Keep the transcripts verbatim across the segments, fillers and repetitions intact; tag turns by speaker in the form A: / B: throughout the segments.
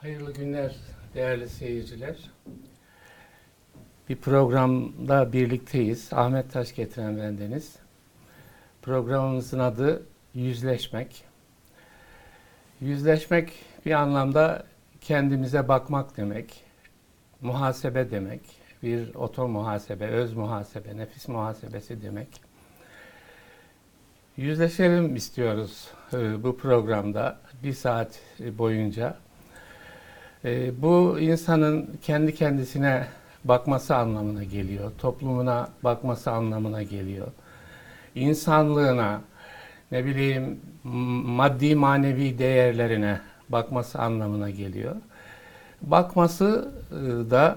A: Hayırlı günler değerli seyirciler. Bir programda birlikteyiz. Ahmet Taş getiren bendeniz. Programımızın adı Yüzleşmek. Yüzleşmek bir anlamda kendimize bakmak demek, muhasebe demek, bir oto muhasebe, öz muhasebe, nefis muhasebesi demek. Yüzleşelim istiyoruz bu programda bir saat boyunca. Bu insanın kendi kendisine bakması anlamına geliyor, toplumuna bakması anlamına geliyor, insanlığına, ne bileyim maddi manevi değerlerine bakması anlamına geliyor. Bakması da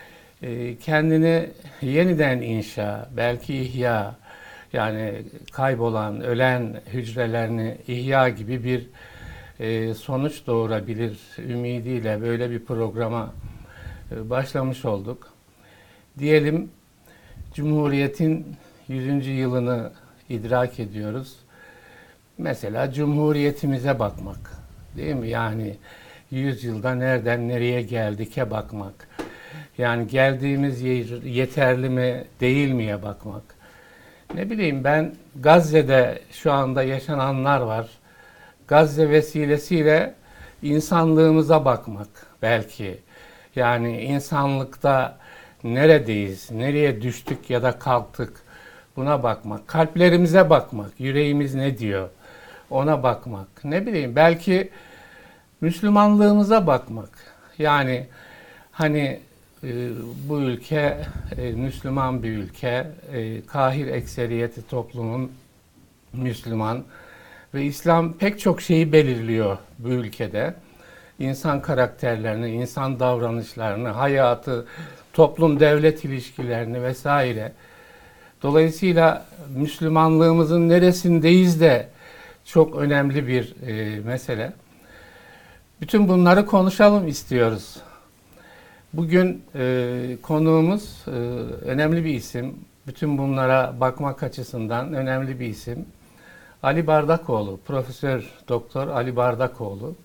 A: kendini yeniden inşa, belki ihya, yani kaybolan, ölen hücrelerini ihya gibi bir sonuç doğurabilir ümidiyle böyle bir programa başlamış olduk. Diyelim Cumhuriyet'in yüzüncü yılını idrak ediyoruz. Mesela Cumhuriyetimize bakmak, değil mi? Yani yüz yılda nereden nereye geldik'e bakmak. Yani geldiğimiz yer yeterli mi, değil miye bakmak. Ne bileyim ben Gazze'de şu anda yaşananlar var. Gazze vesilesiyle insanlığımıza bakmak belki. Yani insanlıkta neredeyiz, nereye düştük ya da kalktık buna bakmak. Kalplerimize bakmak, yüreğimiz ne diyor ona bakmak. Ne bileyim belki Müslümanlığımıza bakmak. Yani hani e, bu ülke e, Müslüman bir ülke, e, kahir ekseriyeti toplumun Müslüman. Ve İslam pek çok şeyi belirliyor bu ülkede. İnsan karakterlerini, insan davranışlarını, hayatı, toplum-devlet ilişkilerini vesaire. Dolayısıyla Müslümanlığımızın neresindeyiz de çok önemli bir e, mesele. Bütün bunları konuşalım istiyoruz. Bugün e, konuğumuz e, önemli bir isim. Bütün bunlara bakmak açısından önemli bir isim. Ali Bardakoğlu, Profesör Doktor Ali Bardakoğlu.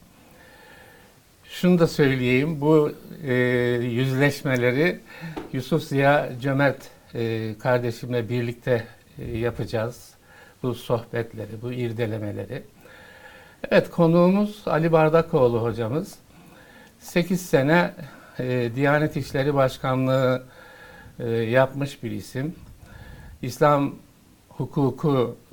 A: Şunu da söyleyeyim, bu e, yüzleşmeleri Yusuf Ziya Cömert e, kardeşimle birlikte e, yapacağız. Bu sohbetleri, bu irdelemeleri. Evet, konuğumuz Ali Bardakoğlu hocamız. sekiz sene e, Diyanet İşleri Başkanlığı e, yapmış bir isim. İslam hukuku e,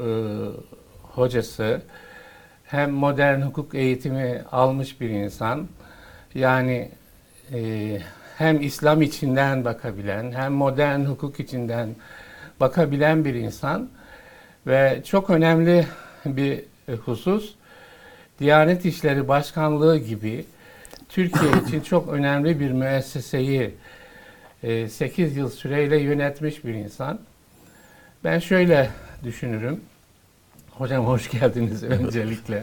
A: hocası, hem modern hukuk eğitimi almış bir insan, yani e, hem İslam içinden bakabilen, hem modern hukuk içinden bakabilen bir insan ve çok önemli bir husus, Diyanet İşleri Başkanlığı gibi Türkiye için çok önemli bir müesseseyi e, sekiz yıl süreyle yönetmiş bir insan. Ben şöyle düşünürüm. Hocam hoş geldiniz öncelikle.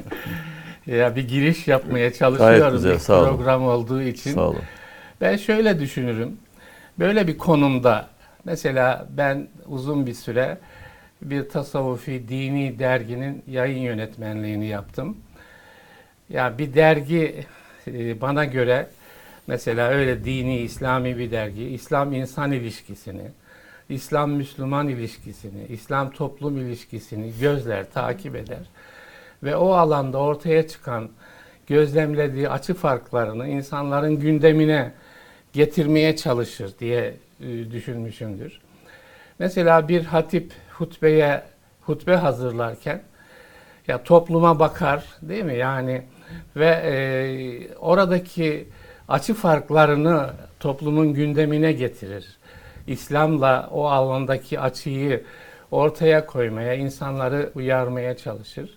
A: Ya bir giriş yapmaya çalışıyoruz bir program olduğu için.
B: Sağ olun.
A: Ben şöyle düşünürüm. Böyle bir konumda mesela ben uzun bir süre bir tasavvufi dini derginin yayın yönetmenliğini yaptım. Ya bir dergi bana göre mesela öyle dini, İslami bir dergi, İslam-insan ilişkisini, İslam-Müslüman ilişkisini, İslam-toplum ilişkisini gözler, takip eder. Ve o alanda ortaya çıkan, gözlemlediği açı farklarını insanların gündemine getirmeye çalışır diye düşünmüşümdür. Mesela bir hatip hutbeye, hutbe hazırlarken ya topluma bakar, değil mi? Yani ve e, oradaki açı farklarını toplumun gündemine getirir. İslam'la o alandaki açıyı ortaya koymaya, insanları uyarmaya çalışır.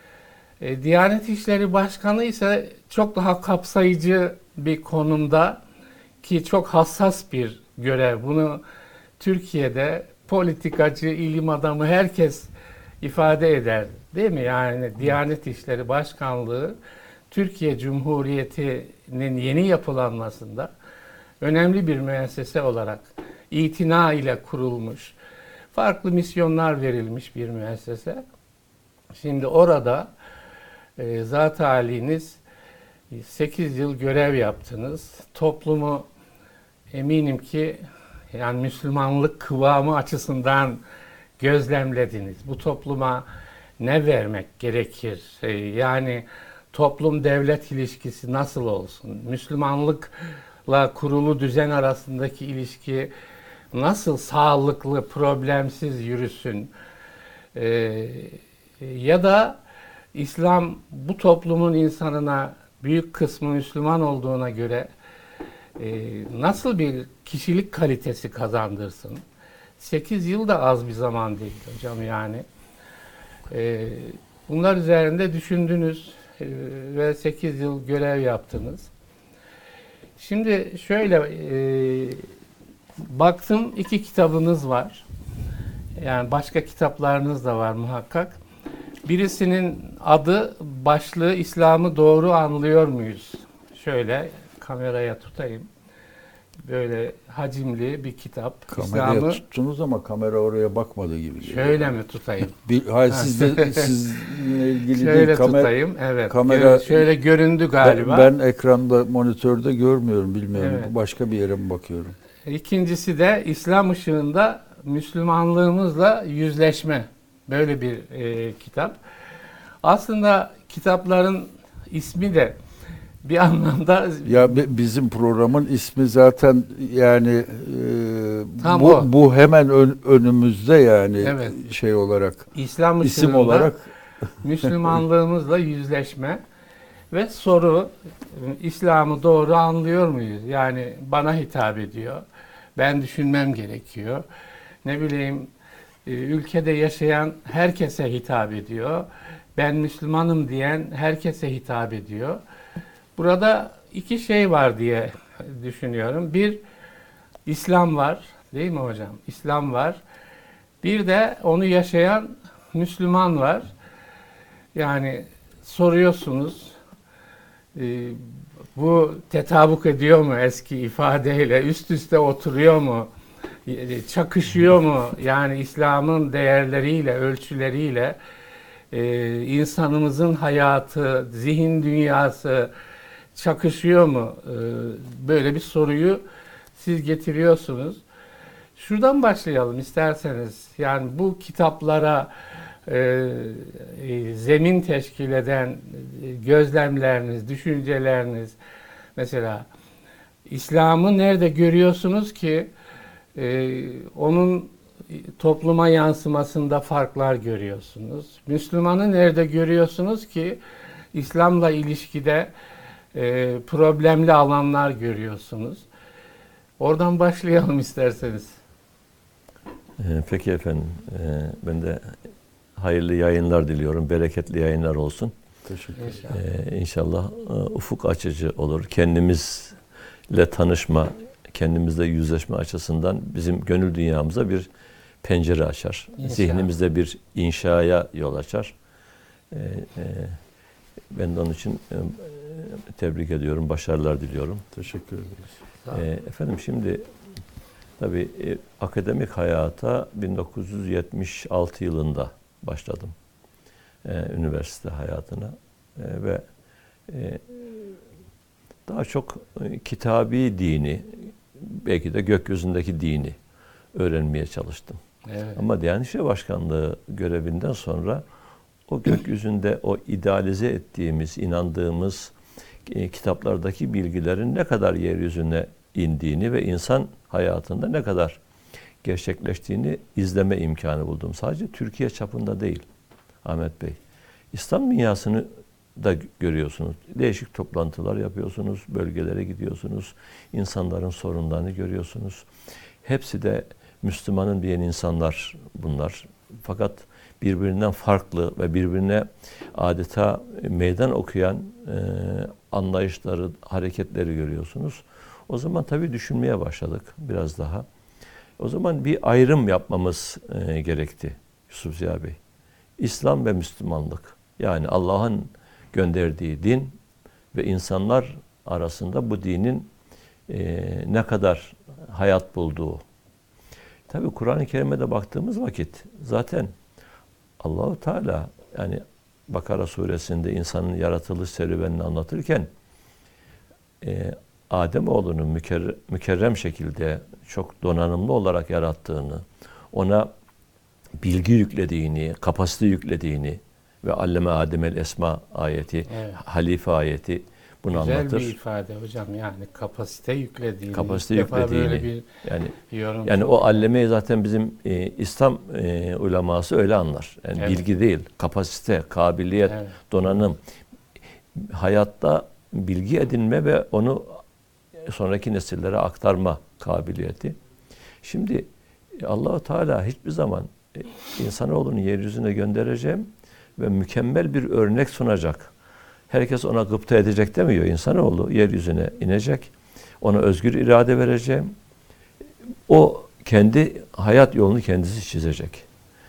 A: E, Diyanet İşleri Başkanı ise çok daha kapsayıcı bir konumda ki çok hassas bir görev. Bunu Türkiye'de politikacı, ilim adamı herkes ifade eder. Değil mi? Yani Diyanet İşleri Başkanlığı Türkiye Cumhuriyeti'nin yeni yapılanmasında önemli bir müessese olarak itina ile kurulmuş, farklı misyonlar verilmiş bir müessese. Şimdi orada e, zat-ı haliniz sekiz yıl görev yaptınız. Toplumu eminim ki yani Müslümanlık kıvamı açısından gözlemlediniz. Bu topluma ne vermek gerekir? Ee, yani toplum devlet ilişkisi nasıl olsun? Müslümanlıkla kurulu düzen arasındaki ilişki nasıl sağlıklı, problemsiz yürüsün? Ee, ya da İslam bu toplumun insanına büyük kısmı Müslüman olduğuna göre e, nasıl bir kişilik kalitesi kazandırsın? sekiz yıl da az bir zaman değil hocam yani. E, bunlar üzerinde düşündünüz e, ve sekiz yıl görev yaptınız. Şimdi şöyle e, baktım iki kitabınız var. Yani başka kitaplarınız da var muhakkak. Birisinin adı, başlığı İslam'ı doğru anlıyor muyuz? Şöyle kameraya tutayım. Böyle hacimli bir kitap.
B: Kameraya
A: İslam'ı
B: tuttunuz ama kamera oraya bakmadı gibi geliyor.
A: şöyle mi tutayım?
B: Bir, hayır siz de sizinle ilgili
A: Şöyle
B: değil. Kamer,
A: tutayım. Evet.
B: kamera
A: Gö- şöyle göründü galiba.
B: Ben, ben ekranda, monitörde görmüyorum, bilmiyorum.
A: Evet.
B: Başka bir yere mi bakıyorum?
A: İkincisi de İslam ışığında Müslümanlığımızla yüzleşme. Böyle bir e, kitap. Aslında kitapların ismi de bir anlamda
B: Ya bizim programın ismi zaten yani e,
A: Tam
B: bu,
A: o.
B: bu hemen ön, önümüzde yani
A: Evet.
B: şey olarak,
A: İslam ışığında
B: isim olarak
A: Müslümanlığımızla yüzleşme ve soru, İslam'ı doğru anlıyor muyuz? Yani bana hitap ediyor. Ben düşünmem gerekiyor. Ne bileyim, ülkede yaşayan herkese hitap ediyor. Ben Müslümanım diyen herkese hitap ediyor. Burada iki şey var diye düşünüyorum. Bir, İslam var. Değil mi hocam? İslam var. Bir de onu yaşayan Müslüman var. Yani soruyorsunuz, e, bu tetabuk ediyor mu eski ifadeyle, üst üste oturuyor mu, e, çakışıyor mu? Yani İslam'ın değerleriyle, ölçüleriyle e, insanımızın hayatı, zihin dünyası çakışıyor mu? E, böyle bir soruyu siz getiriyorsunuz. Şuradan başlayalım isterseniz. Yani bu kitaplara e, e, zemin teşkil eden e, gözlemleriniz, düşünceleriniz, mesela İslam'ı nerede görüyorsunuz ki e, onun topluma yansımasında farklar görüyorsunuz? Müslümanı nerede görüyorsunuz ki İslam'la ilişkide e, problemli alanlar görüyorsunuz? Oradan başlayalım isterseniz.
C: Peki efendim, ben de hayırlı yayınlar diliyorum, bereketli yayınlar olsun.
B: Teşekkür ederim.
C: İnşallah. İnşallah ufuk açıcı olur. Kendimizle tanışma, kendimizle yüzleşme açısından bizim gönül dünyamıza bir pencere açar. İnşallah. Zihnimizde bir inşaya yol açar. Ben de onun için tebrik ediyorum, başarılar diliyorum.
B: Teşekkür ederiz.
C: Efendim şimdi tabii e, akademik hayata bin dokuz yüz yetmiş altı yılında başladım. E, üniversite hayatına. E, ve e, daha çok e, kitabi dini, belki de gökyüzündeki dini öğrenmeye çalıştım.
A: Evet.
C: Ama Diyanet İşleri Başkanlığı görevinden sonra o gökyüzünde o idealize ettiğimiz, inandığımız e, kitaplardaki bilgilerin ne kadar yeryüzüne indiğini ve insan hayatında ne kadar gerçekleştiğini izleme imkanı buldum. Sadece Türkiye çapında değil Ahmet Bey. İslam dünyasını da görüyorsunuz. Değişik toplantılar yapıyorsunuz, bölgelere gidiyorsunuz, insanların sorunlarını görüyorsunuz. Hepsi de Müslümanım diyen insanlar bunlar. Fakat birbirinden farklı ve birbirine adeta meydan okuyan e, anlayışları, hareketleri görüyorsunuz. O zaman tabii düşünmeye başladık biraz daha. O zaman bir ayrım yapmamız e, gerekti Yusuf Ziya Bey. İslam ve Müslümanlık. Yani Allah'ın gönderdiği din ve insanlar arasında bu dinin e, ne kadar hayat bulduğu. Tabii Kur'an-ı Kerim'e de baktığımız vakit zaten Allah-u Teala yani Bakara suresinde insanın yaratılış serüvenini anlatırken e, Ademoğlu'nu mükerrem, mükerrem şekilde çok donanımlı olarak yarattığını, ona bilgi yüklediğini, kapasite yüklediğini ve alleme Ademel esma ayeti,
A: Evet.
C: halife ayeti bunu
A: Güzel
C: anlatır.
A: bir ifade hocam, yani kapasite yüklediğini.
C: Kapasite
A: İlk defa
C: yüklediğini.
A: böyle bir
C: Yani
A: yorum.
C: yani o allemeyi zaten bizim e, İslam e, uleması öyle anlar. Yani
A: Evet.
C: bilgi değil, kapasite, kabiliyet,
A: Evet.
C: donanım. Hayatta bilgi edinme ve onu sonraki nesillere aktarma kabiliyeti. Şimdi Allah-u Teala hiçbir zaman insanoğlunu yeryüzüne göndereceğim ve mükemmel bir örnek sunacak. Herkes ona gıpta edecek demiyor. İnsanoğlu yeryüzüne inecek. Ona özgür irade vereceğim. O kendi hayat yolunu kendisi çizecek.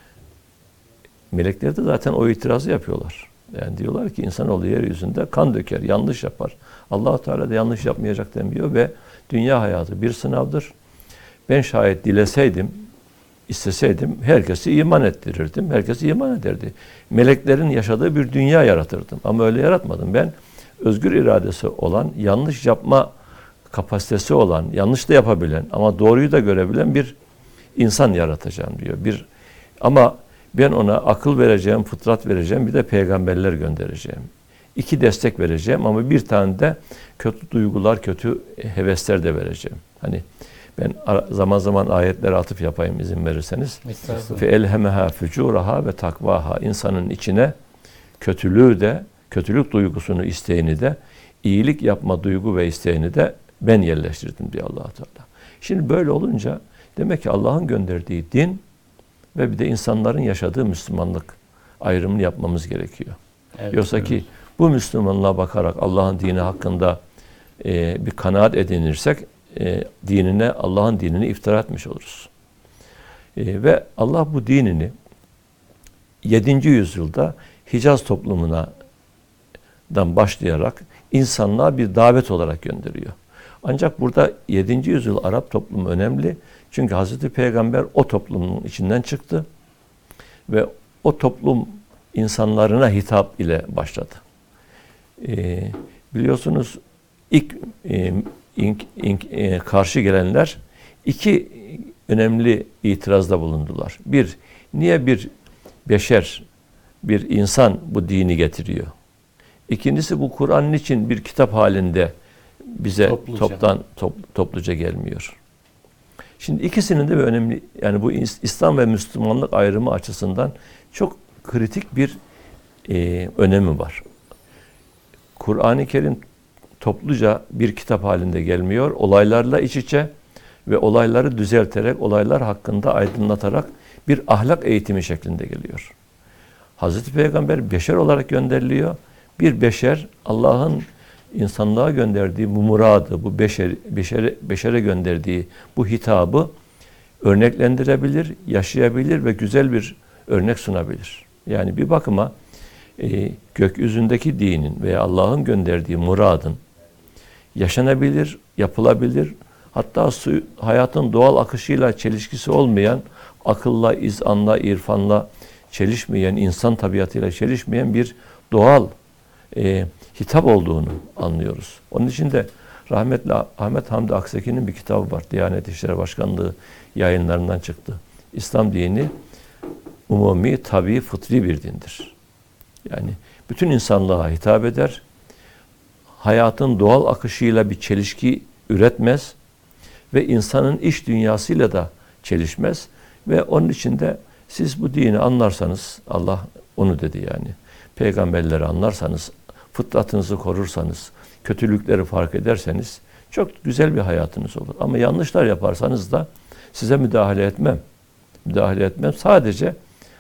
C: Melekler de zaten o itirazı yapıyorlar. Yani diyorlar ki insanoğlu yeryüzünde kan döker, yanlış yapar. Allah-u Teala da yanlış yapmayacak demiyor ve dünya hayatı bir sınavdır. Ben şayet dileseydim, isteseydim herkesi iman ettirirdim. Herkes iman ederdi. Meleklerin yaşadığı bir dünya yaratırdım. Ama öyle yaratmadım. Ben özgür iradesi olan, yanlış yapma kapasitesi olan, yanlış da yapabilen ama doğruyu da görebilen bir insan yaratacağım diyor. Bir ama ben ona akıl vereceğim, fıtrat vereceğim, bir de peygamberler göndereceğim. İki destek vereceğim ama bir tane de kötü duygular, kötü hevesler de vereceğim. Hani ben zaman zaman ayetlere atıf yapayım izin verirseniz. Fe elhemeha fucuraha ve takvaha. İnsanın içine kötülüğü de, kötülük duygusunu, isteğini de, iyilik yapma duygu ve isteğini de ben yerleştirdim diyor Allah Teala. Şimdi böyle olunca demek ki Allah'ın gönderdiği din ve bir de insanların yaşadığı Müslümanlık ayrımını yapmamız gerekiyor.
A: Evet,
C: Yoksa
A: evet.
C: ki bu Müslümanlığa bakarak Allah'ın dini hakkında e, bir kanaat edinirsek e, dinine, Allah'ın dinini iftira etmiş oluruz. E, ve Allah bu dinini yedinci yüzyılda Hicaz toplumuna dan başlayarak insanlığa bir davet olarak gönderiyor. Ancak burada yedinci yüzyıl Arap toplumu önemli. Çünkü Hazreti Peygamber o toplumun içinden çıktı ve o toplum insanlarına hitap ile başladı. Ee, biliyorsunuz ilk e, ink, ink, e, karşı gelenler iki önemli itirazda bulundular. Bir, niye bir beşer, bir insan bu dini getiriyor? İkincisi, bu Kur'an için bir kitap halinde bize
A: Topluca.
C: toptan top, topluca gelmiyor. Şimdi ikisinin de bir önemli, yani bu İslam ve Müslümanlık ayrımı açısından çok kritik bir e, önemi var. Kur'an-ı Kerim topluca bir kitap halinde gelmiyor. Olaylarla iç içe ve olayları düzelterek, olaylar hakkında aydınlatarak bir ahlak eğitimi şeklinde geliyor. Hazreti Peygamber beşer olarak gönderiliyor. Bir beşer Allah'ın insanlığa gönderdiği bu muradı, bu beşer, beşere, beşere gönderdiği bu hitabı örneklendirebilir, yaşayabilir ve güzel bir örnek sunabilir. Yani bir bakıma e, gökyüzündeki dinin veya Allah'ın gönderdiği muradın yaşanabilir, yapılabilir, hatta su, hayatın doğal akışıyla çelişkisi olmayan, akılla, izanla, irfanla çelişmeyen, insan tabiatıyla çelişmeyen bir doğal e, hitap olduğunu anlıyoruz. Onun için de rahmetli Ahmet Hamdi Akseki'nin bir kitabı var. Diyanet İşleri Başkanlığı yayınlarından çıktı. İslam dini umumi, tabii, fıtri bir dindir. Yani bütün insanlığa hitap eder. Hayatın doğal akışıyla bir çelişki üretmez ve insanın iç dünyasıyla da çelişmez ve onun için de siz bu dini anlarsanız, Allah onu dedi yani, peygamberleri anlarsanız, fıtratınızı korursanız, kötülükleri fark ederseniz çok güzel bir hayatınız olur. Ama yanlışlar yaparsanız da size müdahale etmem. Müdahale etmem. Sadece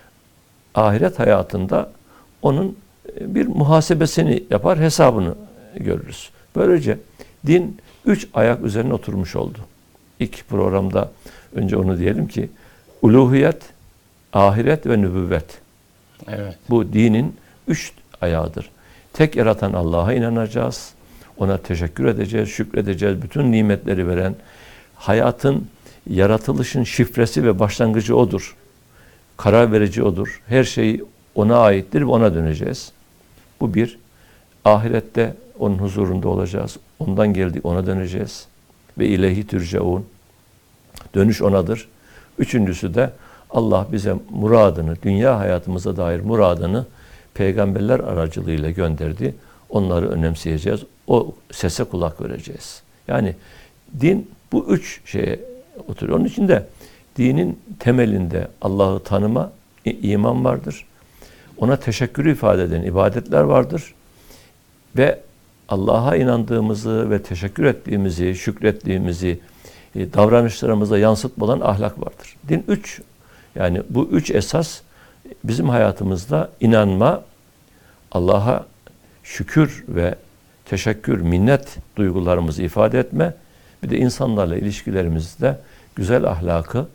C: ahiret hayatında onun bir muhasebesini yapar, hesabını görürüz. Böylece din üç ayak üzerine oturmuş oldu. İlk programda önce onu diyelim ki uluhiyet, ahiret ve nübüvvet.
A: Evet.
C: Bu dinin üç ayağıdır. Tek yaratan Allah'a inanacağız. Ona teşekkür edeceğiz, şükredeceğiz. Bütün nimetleri veren, hayatın, yaratılışın şifresi ve başlangıcı O'dur. Karar verici O'dur. Her şey O'na aittir ve O'na döneceğiz. Bu bir. Ahirette onun huzurunda olacağız. Ondan geldik, ona döneceğiz. Ve ileyhi türcaun. Dönüş onadır. Üçüncüsü de Allah bize muradını, dünya hayatımıza dair muradını peygamberler aracılığıyla gönderdi. Onları önemseyeceğiz. O sese kulak vereceğiz. Yani din bu üç şeye oturuyor. Onun için de dinin temelinde Allah'ı tanıma, iman vardır. Ona teşekkürü ifade eden ibadetler vardır. Ve Allah'a inandığımızı ve teşekkür ettiğimizi, şükrettiğimizi davranışlarımıza yansıtmadan ahlak vardır. Din üç. Yani bu üç esas bizim hayatımızda inanma, Allah'a şükür ve teşekkür, minnet duygularımızı ifade etme, bir de insanlarla ilişkilerimizde güzel ahlakı,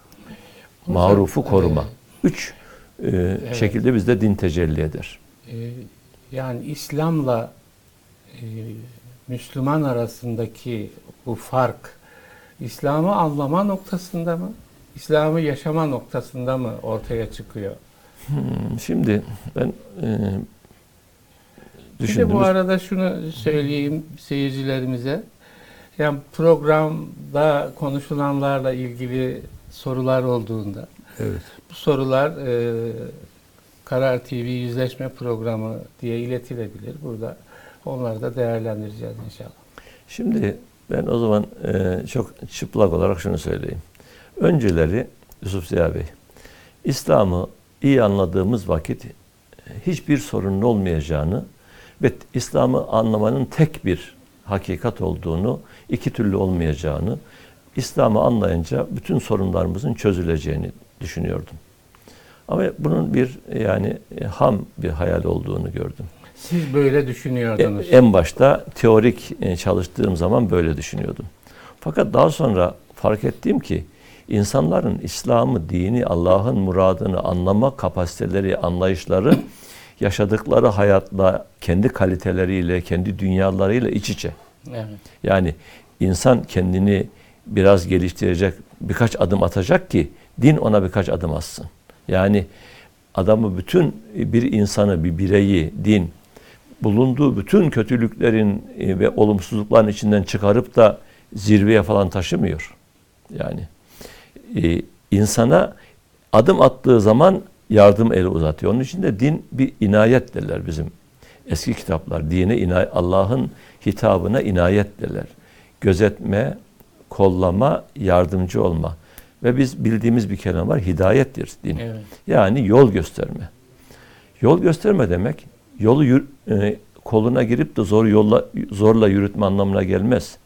C: marufu koruma. Üç e, evet. şekilde bizde din tecelli eder.
A: Ee, yani İslam'la e, Müslüman arasındaki bu fark, İslam'ı anlama noktasında mı, İslam'ı yaşama noktasında mı ortaya çıkıyor?
C: Hmm, şimdi ben e,
A: Bir de bu arada şunu söyleyeyim seyircilerimize. Yani programda konuşulanlarla ilgili sorular olduğunda,
B: evet.
A: bu sorular e, Karar T V Yüzleşme Programı diye iletilebilir. Burada onları da değerlendireceğiz inşallah.
C: Şimdi ben o zaman e, çok çıplak olarak şunu söyleyeyim. Önceleri Yusuf Ziya Bey, İslam'ı iyi anladığımız vakit hiçbir sorunun olmayacağını ve İslam'ı anlamanın tek bir hakikat olduğunu, iki türlü olmayacağını, İslam'ı anlayınca bütün sorunlarımızın çözüleceğini düşünüyordum. Ama bunun bir yani ham bir hayal olduğunu gördüm.
A: Siz böyle düşünüyordunuz.
C: En başta teorik çalıştığım zaman böyle düşünüyordum. Fakat daha sonra fark ettim ki insanların İslam'ı, dini, Allah'ın muradını anlama kapasiteleri, anlayışları yaşadıkları hayatla, kendi kaliteleriyle, kendi dünyalarıyla iç içe.
A: Evet.
C: Yani insan kendini biraz geliştirecek, birkaç adım atacak ki din ona birkaç adım atsın. Yani adamı bütün bir insanı, bir bireyi, din bulunduğu bütün kötülüklerin ve olumsuzlukların içinden çıkarıp da zirveye falan taşımıyor. Yani e, insana adım attığı zaman yardım eli uzatıyor. Onun için de din bir inayet derler bizim eski kitaplar. Dine inayet, Allah'ın hitabına inayet derler. Gözetme, kollama, yardımcı olma. Ve biz bildiğimiz bir kelime var, hidayettir din.
A: Evet.
C: Yani yol gösterme. Yol gösterme demek, yolu yür, e, koluna girip de zor yolla, zorla yürütme anlamına gelmez.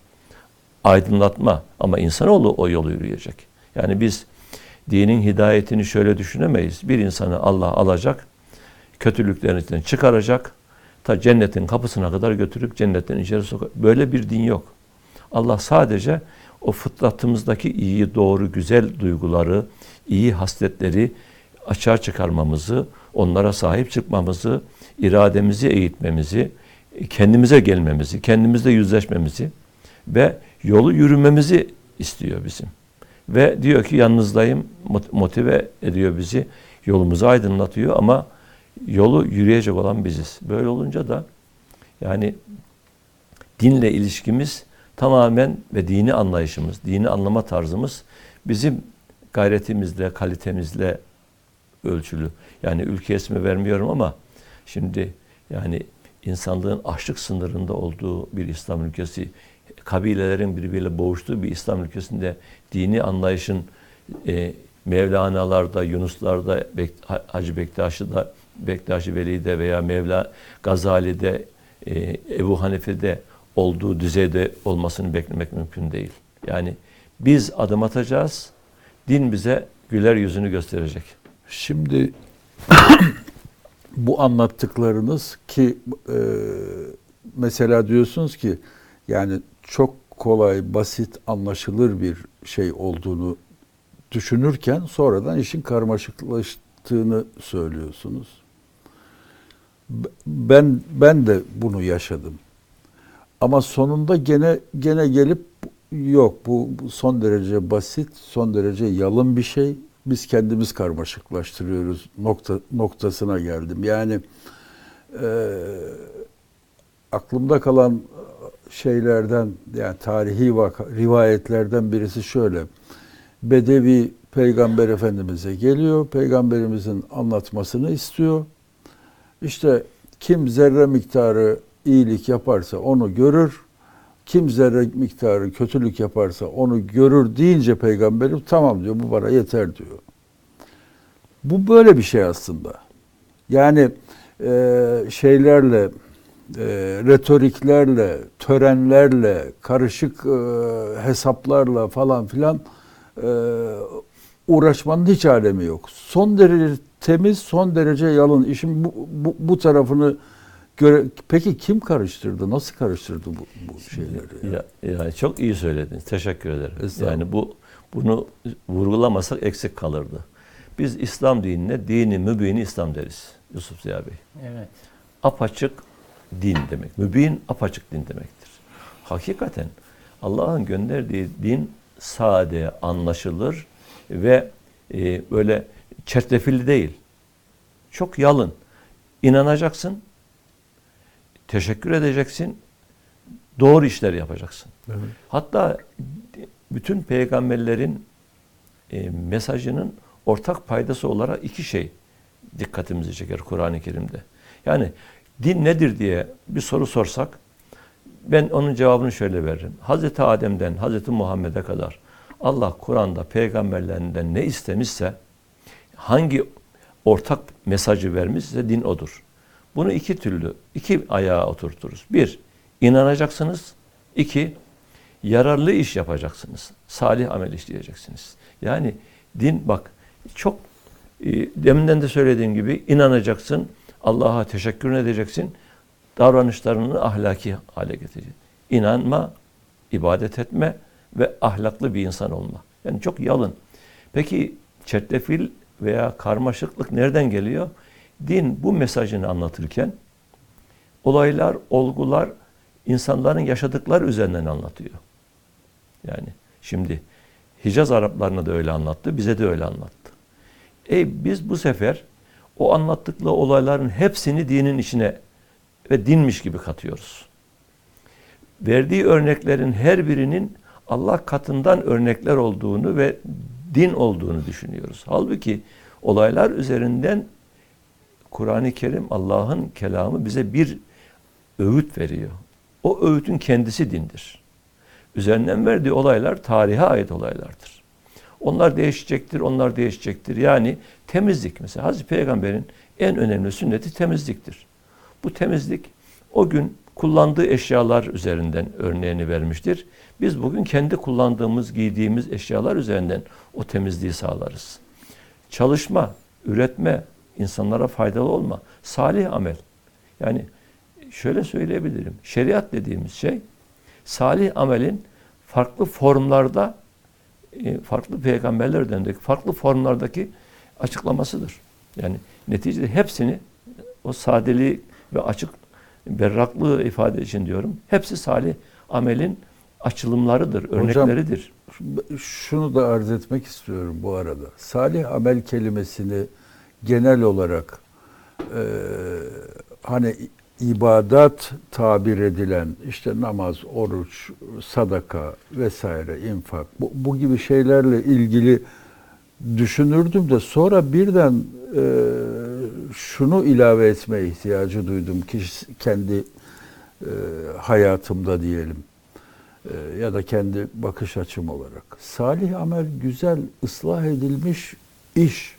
C: Aydınlatma. Ama insanoğlu o yolu yürüyecek. Yani biz dinin hidayetini şöyle düşünemeyiz. Bir insanı Allah alacak, kötülüklerin içinden çıkaracak, ta cennetin kapısına kadar götürüp cennetten içeri sokacak. Böyle bir din yok. Allah sadece o fıtratımızdaki iyi, doğru, güzel duyguları, iyi hasletleri açığa çıkarmamızı, onlara sahip çıkmamızı, irademizi eğitmemizi, kendimize gelmemizi, kendimizle yüzleşmemizi ve yolu yürümemizi istiyor bizim. Ve diyor ki yanınızdayım, motive ediyor bizi, yolumuzu aydınlatıyor ama yolu yürüyecek olan biziz. Böyle olunca da yani dinle ilişkimiz tamamen ve dini anlayışımız, dini anlama tarzımız bizim gayretimizle, kalitemizle ölçülü. Yani ülke ismi vermiyorum ama şimdi yani insanlığın açlık sınırında olduğu bir İslam ülkesi, kabilelerin birbiriyle boğuştuğu bir İslam ülkesinde dini anlayışın e, Mevlana'larda, Yunuslar'da, Bek, Hacı Bektaşi'de, Bektaşi Veli'de veya Mevla Gazali'de, e, Ebu Hanife'de olduğu düzeyde olmasını beklemek mümkün değil. Yani biz adım atacağız, din bize güler yüzünü gösterecek.
B: Şimdi bu anlattıklarınız ki e, mesela diyorsunuz ki yani çok kolay, basit, anlaşılır bir şey olduğunu düşünürken sonradan işin karmaşıklaştığını söylüyorsunuz. Ben ben de bunu yaşadım. Ama sonunda gene gene gelip yok bu son derece basit, son derece yalın bir şey. Biz kendimiz karmaşıklaştırıyoruz nokta, noktasına geldim. Yani e, aklımda kalan şeylerden, yani tarihi vaka, rivayetlerden birisi şöyle. Bedevi Peygamber Efendimiz'e geliyor. Peygamberimizin anlatmasını istiyor. İşte kim zerre miktarı iyilik yaparsa onu görür. Kim zerre miktarı kötülük yaparsa onu görür deyince Peygamberim tamam diyor, bu bana yeter diyor. Bu böyle bir şey aslında. Yani e, şeylerle, e, retoriklerle, törenlerle, karışık e, hesaplarla falan filan e, uğraşmanın hiç alemi yok. Son derece temiz, son derece yalın. İşin bu, bu, bu tarafını göre... Peki kim karıştırdı? Nasıl karıştırdı bu, bu şeyleri? Ya?
C: Ya, yani çok iyi söylediniz. Teşekkür ederim. Yani bu bunu vurgulamasak eksik kalırdı. Biz İslam dinine dini mübini İslam deriz Yusuf Ziya Bey.
A: Evet.
C: Apaçık din demek. Mübin apaçık din demektir. Hakikaten Allah'ın gönderdiği din sade, anlaşılır ve e, böyle çetrefilli değil. Çok yalın. İnanacaksın, teşekkür edeceksin, doğru işler yapacaksın. Evet. Hatta bütün peygamberlerin e, mesajının ortak paydası olarak iki şey dikkatimizi çeker Kur'an-ı Kerim'de. Yani din nedir diye bir soru sorsak, ben onun cevabını şöyle veririm. Hazreti Adem'den Hazreti Muhammed'e kadar Allah Kur'an'da peygamberlerinden ne istemişse, hangi ortak mesajı vermişse din odur. Bunu iki türlü, iki ayağa oturturuz. Bir, inanacaksınız. İki, yararlı iş yapacaksınız. Salih amel işleyeceksiniz. Yani din bak çok e, deminden de söylediğim gibi inanacaksın, Allah'a teşekkür edeceksin, davranışlarını ahlaki hale getireceksin. İnanma, ibadet etme ve ahlaklı bir insan olma. Yani çok yalın. Peki çetrefil veya karmaşıklık nereden geliyor? Din bu mesajını anlatırken olaylar, olgular insanların yaşadıkları üzerinden anlatıyor. Yani şimdi Hicaz Araplarına da öyle anlattı, bize de öyle anlattı. E biz bu sefer o anlattıkları olayların hepsini dinin içine ve dinmiş gibi katıyoruz. Verdiği örneklerin her birinin Allah katından örnekler olduğunu ve din olduğunu düşünüyoruz. Halbuki olaylar üzerinden Kur'an-ı Kerim, Allah'ın kelamı bize bir öğüt veriyor. O öğütün kendisi dindir. Üzerinden verdiği olaylar tarihe ait olaylardır. Onlar değişecektir, onlar değişecektir. Yani temizlik mesela Hazreti Peygamber'in en önemli sünneti temizliktir. Bu temizlik o gün kullandığı eşyalar üzerinden örneğini vermiştir. Biz bugün kendi kullandığımız, giydiğimiz eşyalar üzerinden o temizliği sağlarız. Çalışma, üretme, insanlara faydalı olma, salih amel. Yani şöyle söyleyebilirim. Şeriat dediğimiz şey salih amelin farklı formlarda, farklı peygamberler dönemindeki farklı formlardaki açıklamasıdır. Yani neticede hepsini o sadeliği ve açık berraklığı ifade için diyorum. Hepsi salih amelin açılımlarıdır, örnekleridir.
B: Hocam, şunu da arz etmek istiyorum bu arada. Salih amel kelimesini genel olarak e, hani ibadat tabir edilen işte namaz, oruç, sadaka vesaire, infak bu, bu gibi şeylerle ilgili düşünürdüm de sonra birden e, şunu ilave etmeye ihtiyacı duydum ki kendi e, hayatımda diyelim e, ya da kendi bakış açım olarak. Salih amel güzel, ıslah edilmiş iş.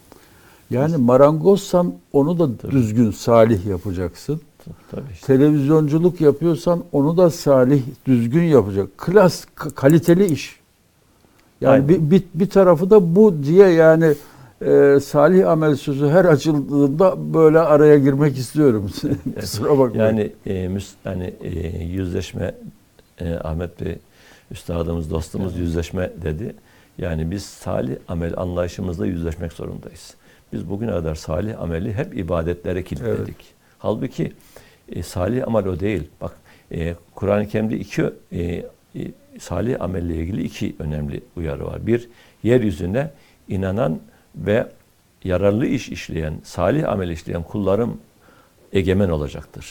B: Yani marangozsan onu da tabii düzgün, salih yapacaksın.
C: Tabii işte.
B: Televizyonculuk yapıyorsan onu da salih, düzgün yapacak. Klas, kaliteli iş. Yani bir, bir, bir tarafı da bu diye yani e, salih amel sözü her açıldığında böyle araya girmek istiyorum. Kusura bakmayın.
C: Yani e, müs, yani e, yüzleşme e, Ahmet Bey üstadımız, dostumuz evet, yüzleşme dedi. Yani biz salih amel anlayışımızla yüzleşmek zorundayız. Biz bugüne kadar salih ameli hep ibadetlere kilitledik. Evet. Halbuki e, salih amel o değil. Bak e, Kur'an-ı Kerim'de iki e, e, salih amelle ilgili iki önemli uyarı var. Bir, yeryüzüne inanan ve yararlı iş işleyen, salih amel işleyen kullarım egemen olacaktır.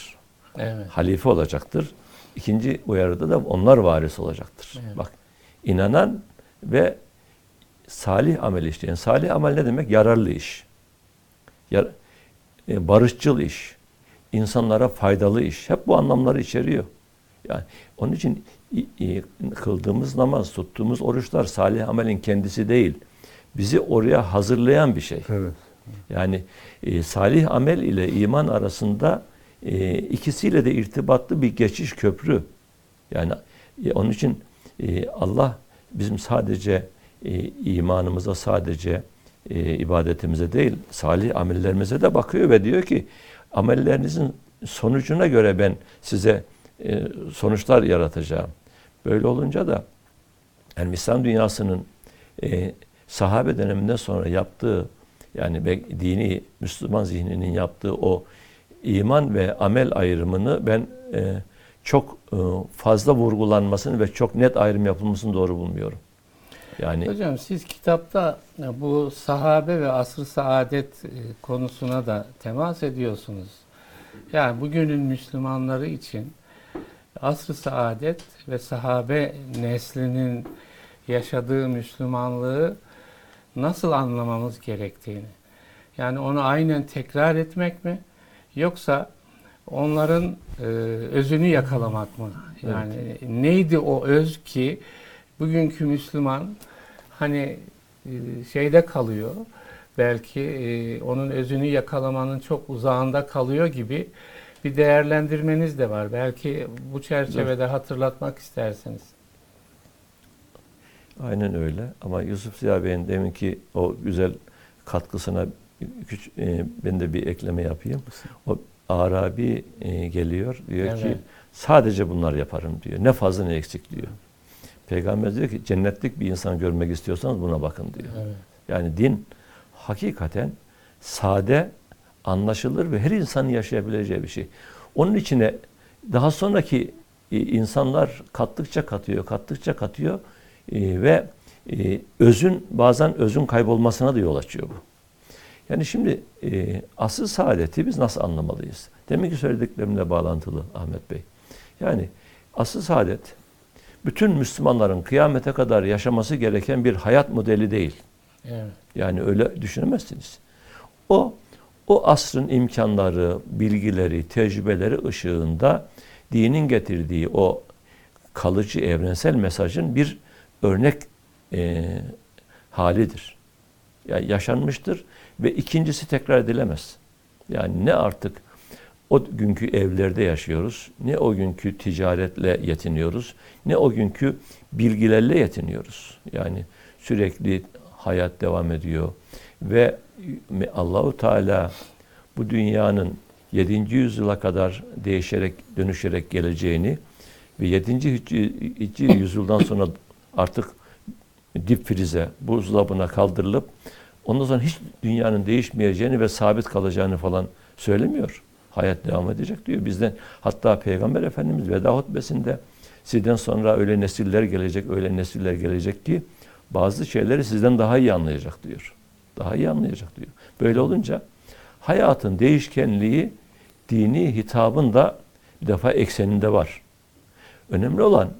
A: Evet.
C: Halife olacaktır. İkinci uyarıda da onlar varis olacaktır.
A: Evet.
C: Bak, inanan ve salih amel işleyen. Salih amel ne demek? Yararlı iş. Yar, e, barışçıl iş. İnsanlara faydalı iş. Hep bu anlamları içeriyor. Yani onun için i, i, kıldığımız namaz, tuttuğumuz oruçlar salih amelin kendisi değil. Bizi oraya hazırlayan bir şey.
B: Evet.
C: Yani e, salih amel ile iman arasında e, ikisiyle de irtibatlı bir geçiş köprü. Yani e, onun için e, Allah bizim sadece e, imanımıza, sadece e, ibadetimize değil, salih amellerimize de bakıyor ve diyor ki amellerinizin sonucuna göre ben size e, sonuçlar yaratacağım. Böyle olunca da yani İslam dünyasının e, sahabe döneminden sonra yaptığı, yani dini Müslüman zihninin yaptığı o iman ve amel ayrımını ben e, çok e, fazla vurgulanmasını ve çok net ayrım yapılmasını doğru bulmuyorum. Yani
A: Hocam siz kitapta bu sahabe ve asr-ı saadet e, konusuna da temas ediyorsunuz. Yani bugünün Müslümanları için asr-ı saadet ve sahabe neslinin yaşadığı Müslümanlığı nasıl anlamamız gerektiğini. Yani onu aynen tekrar etmek mi? Yoksa onların e, özünü yakalamak mı? Yani evet. Neydi o öz ki bugünkü Müslüman hani e, şeyde kalıyor, belki e, onun özünü yakalamanın çok uzağında kalıyor gibi bir değerlendirmeniz de var. Belki bu çerçevede evet. hatırlatmak istersiniz.
C: Aynen öyle. Ama Yusuf Ziya Bey'in deminki o güzel katkısına küç, e, ben de bir ekleme yapayım. O Arabi e, geliyor. Diyor evet. ki sadece bunlar yaparım diyor. Ne fazla ne eksik diyor. Peygamber diyor ki cennetlik bir insan görmek istiyorsanız buna bakın diyor. Evet. Yani din hakikaten sade, anlaşılır ve her insanın yaşayabileceği bir şey. Onun içine daha sonraki e, insanlar kattıkça katıyor, kattıkça katıyor. Ee, ve e, özün bazen özün kaybolmasına da yol açıyor bu. Yani şimdi e, asıl saadeti biz nasıl anlamalıyız? Demek ki söylediklerimle bağlantılı Ahmet Bey. Yani asıl saadet bütün Müslümanların kıyamete kadar yaşaması gereken bir hayat modeli değil. Evet. Yani öyle düşünemezsiniz. O o asrın imkanları, bilgileri, tecrübeleri ışığında dinin getirdiği o kalıcı evrensel mesajın bir örnek e, halidir. Yani yaşanmıştır ve ikincisi tekrar edilemez. Yani ne artık o günkü evlerde yaşıyoruz, ne o günkü ticaretle yetiniyoruz, ne o günkü bilgilerle yetiniyoruz. Yani sürekli hayat devam ediyor ve Allahu Teala bu dünyanın yedinci yüzyıla kadar değişerek, dönüşerek geleceğini ve yedinci Hicri yüzyıldan sonra artık dip frize, buzdolabına kaldırılıp ondan sonra hiç dünyanın değişmeyeceğini ve sabit kalacağını falan söylemiyor. Hayat devam edecek diyor. Bizden hatta Peygamber Efendimiz veda hutbesinde sizden sonra öyle nesiller gelecek, öyle nesiller gelecek ki bazı şeyleri sizden daha iyi anlayacak diyor. Daha iyi anlayacak diyor. Böyle olunca hayatın değişkenliği dini hitabın da bir defa ekseninde var. Önemli olan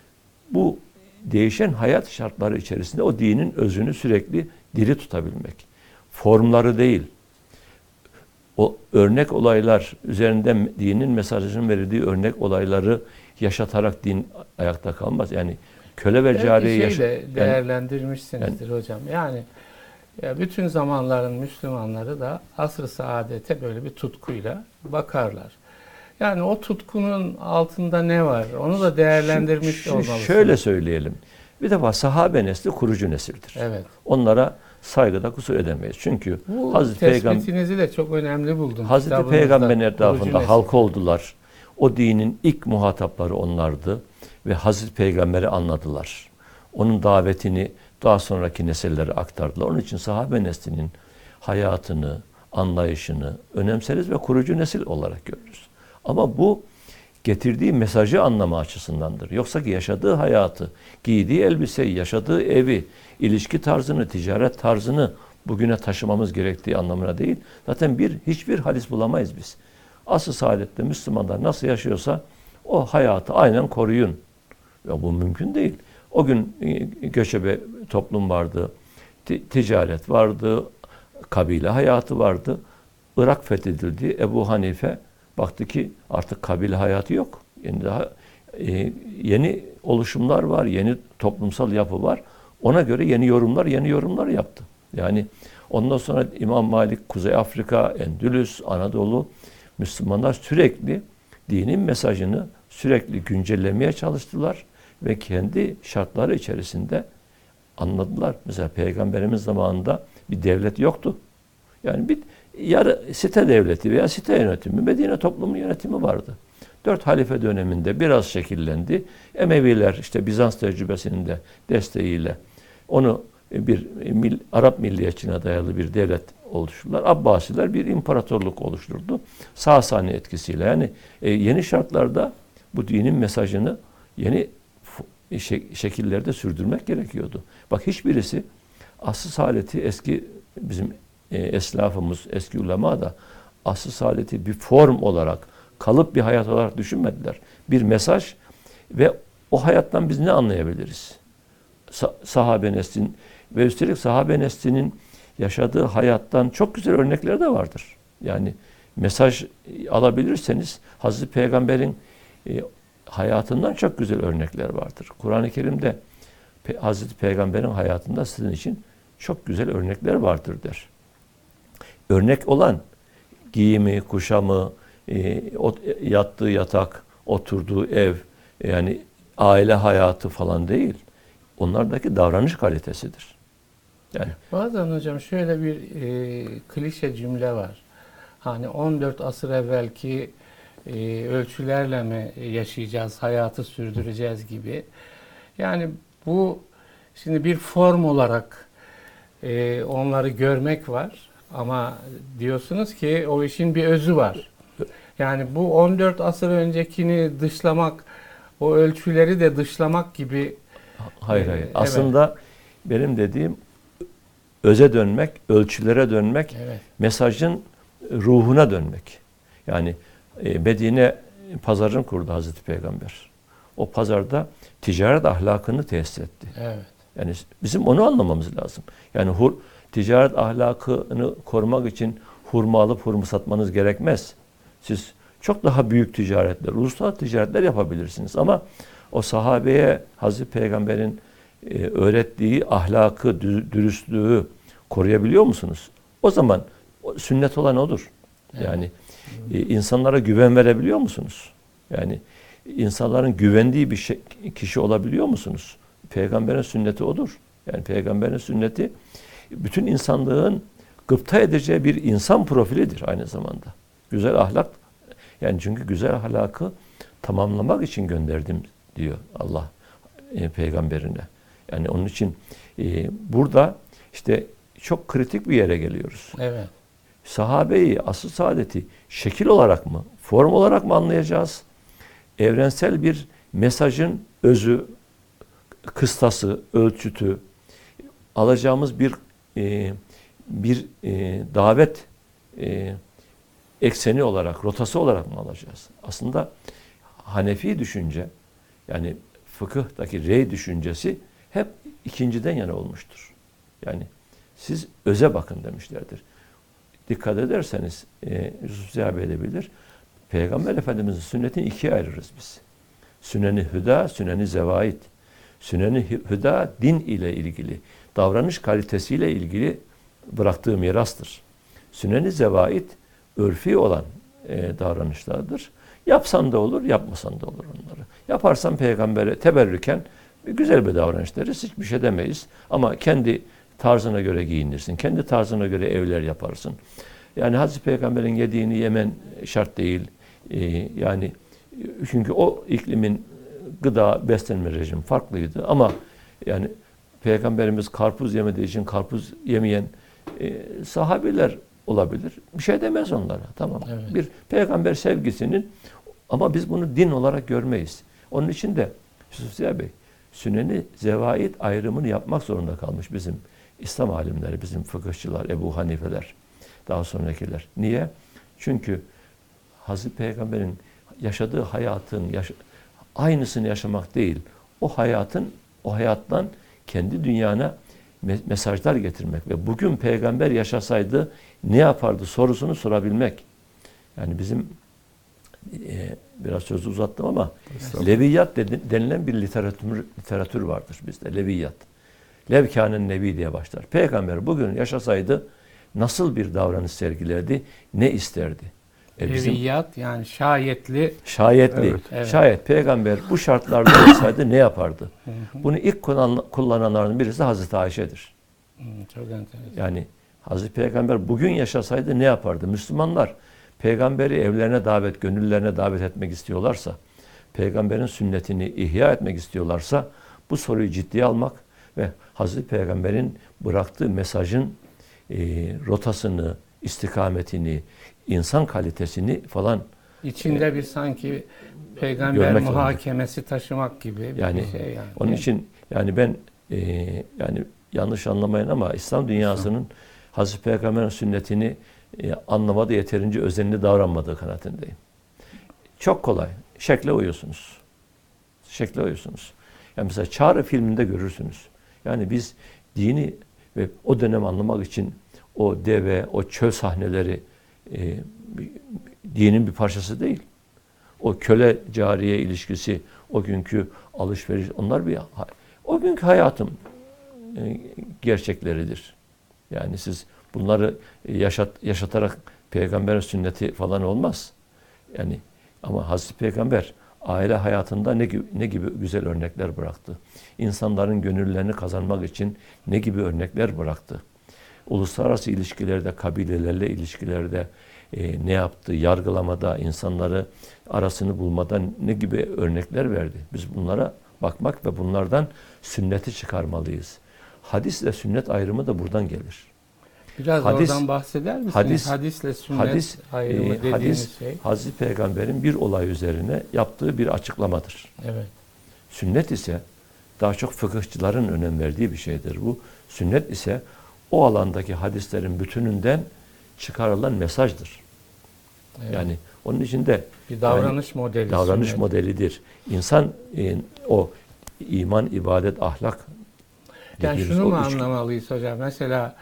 C: bu değişen hayat şartları içerisinde o dinin özünü sürekli diri tutabilmek. Formları değil. O örnek olaylar üzerinden dinin mesajının verildiği örnek olayları yaşatarak din ayakta kalmaz. Yani köle ve cariye
A: yaşa... Şeyle
C: yani,
A: değerlendirmişsinizdir yani, hocam. Yani ya bütün zamanların Müslümanları da asr-ı saadete böyle bir tutkuyla bakarlar. Yani o tutkunun altında ne var? Onu da değerlendirmiş
C: şu,
A: olmalısınız.
C: Şöyle söyleyelim. Bir defa sahabe nesli kurucu nesildir.
A: Evet.
C: Onlara saygıda kusur edemeyiz. Çünkü
A: bu
C: Hazreti
A: tespitinizi Peygamber, de çok önemli buldum.
C: Hazreti Peygamber'in etrafında halka oldular. O dinin ilk muhatapları onlardı ve Hazreti Peygamber'i anladılar. Onun davetini daha sonraki nesillere aktardılar. Onun için sahabe neslinin hayatını, anlayışını önemseriz ve kurucu nesil olarak görürüz. Ama bu getirdiği mesajı anlama açısındandır. Yoksa ki yaşadığı hayatı, giydiği elbiseyi, yaşadığı evi, ilişki tarzını, ticaret tarzını bugüne taşımamız gerektiği anlamına değil. Zaten bir hiçbir hadis bulamayız biz. asr-ı saadette Müslümanlar nasıl yaşıyorsa o hayatı aynen koruyun. Ya bu mümkün değil. O gün göçebe toplum vardı, ticaret vardı, kabile hayatı vardı. Irak fethedildi. Ebu Hanife baktı ki artık kabile hayatı yok. Yani daha e, yeni oluşumlar var, yeni toplumsal yapı var. Ona göre yeni yorumlar, yeni yorumlar yaptı. Yani ondan sonra İmam Malik, Kuzey Afrika, Endülüs, Anadolu, Müslümanlar sürekli dinin mesajını sürekli güncellemeye çalıştılar ve kendi şartları içerisinde anladılar. Mesela Peygamberimiz zamanında bir devlet yoktu. Yani bir yarı site devleti veya site yönetimi, Medine toplumu yönetimi vardı. Dört halife döneminde biraz şekillendi. Emeviler işte Bizans tecrübesinin de desteğiyle onu bir mil, Arap milliyetçiliğine dayalı bir devlet oluşturdular. Abbasiler bir imparatorluk oluşturdu. Sasani etkisiyle yani e, yeni şartlarda bu dinin mesajını yeni şekillerde sürdürmek gerekiyordu. Bak hiçbirisi asr-ı saadeti eski bizim e, eslafımız, eski ulema da asr-ı saadeti bir form olarak, kalıp bir hayat olarak düşünmediler. Bir mesaj ve o hayattan biz ne anlayabiliriz? Sa- sahabe neslin ve üstelik sahabe neslinin yaşadığı hayattan çok güzel örnekleri de vardır. Yani mesaj alabilirseniz Hazreti Peygamber'in e, hayatından çok güzel örnekler vardır. Kur'an-ı Kerim'de Pe- Hazreti Peygamber'in hayatında sizin için çok güzel örnekler vardır der. Örnek olan giyimi, kuşamı, e, o, yattığı yatak, oturduğu ev, yani aile hayatı falan değil. Onlardaki davranış kalitesidir. Yani
A: Bazen hocam şöyle bir e, klişe cümle var. Hani on dört asır evvelki e, ölçülerle mi yaşayacağız, hayatı sürdüreceğiz gibi. Yani bu şimdi bir form olarak e, onları görmek var ama diyorsunuz ki o işin bir özü var. Yani bu on dört asır öncekini dışlamak, o ölçüleri de dışlamak gibi.
C: hayır hayır.
A: Evet.
C: Aslında benim dediğim öze dönmek, ölçülere dönmek,
A: Evet.
C: mesajın ruhuna dönmek. Yani e, Medine pazarını kurdu Hazreti Peygamber. O pazarda ticaret ahlakını tesis etti.
A: Evet.
C: Yani bizim onu anlamamız lazım. Yani hur, ticaret ahlakını korumak için hurma alıp hurma satmanız gerekmez. Siz çok daha büyük ticaretler, uluslararası ticaretler yapabilirsiniz. Ama o sahabeye Hazreti Peygamber'in e, öğrettiği ahlakı, dürüstlüğü koruyabiliyor musunuz? O zaman o, sünnet olan odur. Evet. Yani e, insanlara güven verebiliyor musunuz? Yani insanların güvendiği bir şey, kişi olabiliyor musunuz? Peygamberin sünneti odur. Yani Peygamberin sünneti bütün insanlığın gıpta edeceği bir insan profilidir aynı zamanda. Güzel ahlak, yani çünkü güzel ahlakı tamamlamak için gönderdim diyor Allah e, peygamberine. Yani onun için e, burada işte çok kritik bir yere geliyoruz.
A: Evet.
C: Sahabeyi, asr-ı saadeti şekil olarak mı, form olarak mı anlayacağız? Evrensel bir mesajın özü, kıstası, ölçütü, alacağımız bir e, bir e, davet e, ekseni olarak, rotası olarak mı alacağız? Aslında Hanefi düşünce, yani fıkıhtaki rey düşüncesi hep ikinciden yana olmuştur. Yani siz öze bakın demişlerdir. Dikkat ederseniz e, Yusuf Ziya Bey de bilir. Peygamber Efendimiz'in sünnetini ikiye ayırırız biz. Süneni hüda, süneni zevait. Süneni hüda din ile ilgili, davranış kalitesiyle ilgili bıraktığı mirastır. Süneni zevait örfi olan e, davranışlardır. Yapsan da olur, yapmasan da olur onları. Yaparsan peygambere teberrüken güzel bir davranış deriz, hiçbir şey demeyiz. Ama kendi tarzına göre giyinirsin, kendi tarzına göre evler yaparsın. Yani Hazreti Peygamber'in yediğini yemen şart değil. Ee, yani çünkü o iklimin gıda, beslenme rejimi farklıydı. Ama yani Peygamberimiz karpuz yemediği için karpuz yemeyen e, sahabeler olabilir. Bir şey demez onlara. Tamam.
A: Evet.
C: Bir peygamber sevgisinin, ama biz bunu din olarak görmeyiz. Onun için de Yusuf Ziya Bey süneni zevait ayrımını yapmak zorunda kalmış bizim İslam alimleri, bizim fıkıhçılar, Ebu Hanifeler, daha sonrakiler. Niye? Çünkü Hazreti Peygamber'in yaşadığı hayatın yaş- aynısını yaşamak değil. O hayatın, o hayattan kendi dünyana me- mesajlar getirmek ve bugün peygamber yaşasaydı ne yapardı sorusunu sorabilmek. Yani bizim e, biraz sözü uzattım ama Leviyat dedi- denilen bir literatür, literatür vardır bizde. Leviyat. Levkânen nebi diye başlar. Peygamber bugün yaşasaydı nasıl bir davranış sergilerdi, ne isterdi? E bizim
A: Leviyat yani şayetli.
C: şayetli,
B: Evet,
A: evet.
C: şayet peygamber bu şartlarda olsaydı ne yapardı? Bunu ilk kullan- kullananların birisi Hazreti Ayşe'dir.
A: Hı, çok enteresan.
C: Yani Hazreti Peygamber bugün yaşasaydı ne yapardı? Müslümanlar peygamberi evlerine davet, gönüllerine davet etmek istiyorlarsa, peygamberin sünnetini ihya etmek istiyorlarsa bu soruyu ciddiye almak ve Hazreti Peygamber'in bıraktığı mesajın e, rotasını, istikametini, insan kalitesini falan
A: İçinde bir sanki peygamber
C: görmek zorunda.
A: muhakemesi taşımak gibi bir
C: Yani
A: şey yani.
C: onun için yani ben e, yani yanlış anlamayın ama İslam dünyasının Hazreti Peygamber'in sünnetini e, anlamada yeterince özenli davranmadığı kanaatindeyim. Çok kolay. Şekle uyuyorsunuz. Şekle uyuyorsunuz. Yani mesela Çağrı filminde görürsünüz. Yani biz dini ve o dönem anlamak için o deve, o çöl sahneleri e, dinin bir parçası değil. O köle cariye ilişkisi, o günkü alışveriş, onlar bir o günkü hayatım e, gerçekleridir. Yani siz bunları yaşat, yaşatarak peygamberin sünneti falan olmaz. Yani ama Hazreti Peygamber aile hayatında ne gibi, ne gibi güzel örnekler bıraktı. İnsanların gönüllerini kazanmak için ne gibi örnekler bıraktı. Uluslararası ilişkilerde, kabilelerle ilişkilerde e, ne yaptı, yargılamada, insanları arasını bulmada ne gibi örnekler verdi. Biz bunlara bakmak ve bunlardan sünneti çıkarmalıyız. Hadisle sünnet ayrımı da buradan gelir.
A: Biraz
C: Hadis-
A: oradan bahseder misiniz?
C: hadis-
A: Hadisle sünnet
C: Hadis,
A: ayrımı
C: e,
A: dediğiniz
C: hadis
A: şey.
C: Hazreti Peygamber'in bir olay üzerine yaptığı bir açıklamadır.
A: Evet.
C: Sünnet ise daha çok fıkıhçıların önem verdiği bir şeydir bu. Sünnet ise o alandaki hadislerin bütününden çıkarılan mesajdır.
A: Evet.
C: Yani onun için de
A: Bir davranış modeli.
C: davranış
A: sünnet.
C: modelidir. İnsan e, o iman, ibadet, ahlak
A: Yani
C: dediğimiz
A: şunu
C: o
A: mu
C: üç-
A: anlamalıyız hocam? Mesela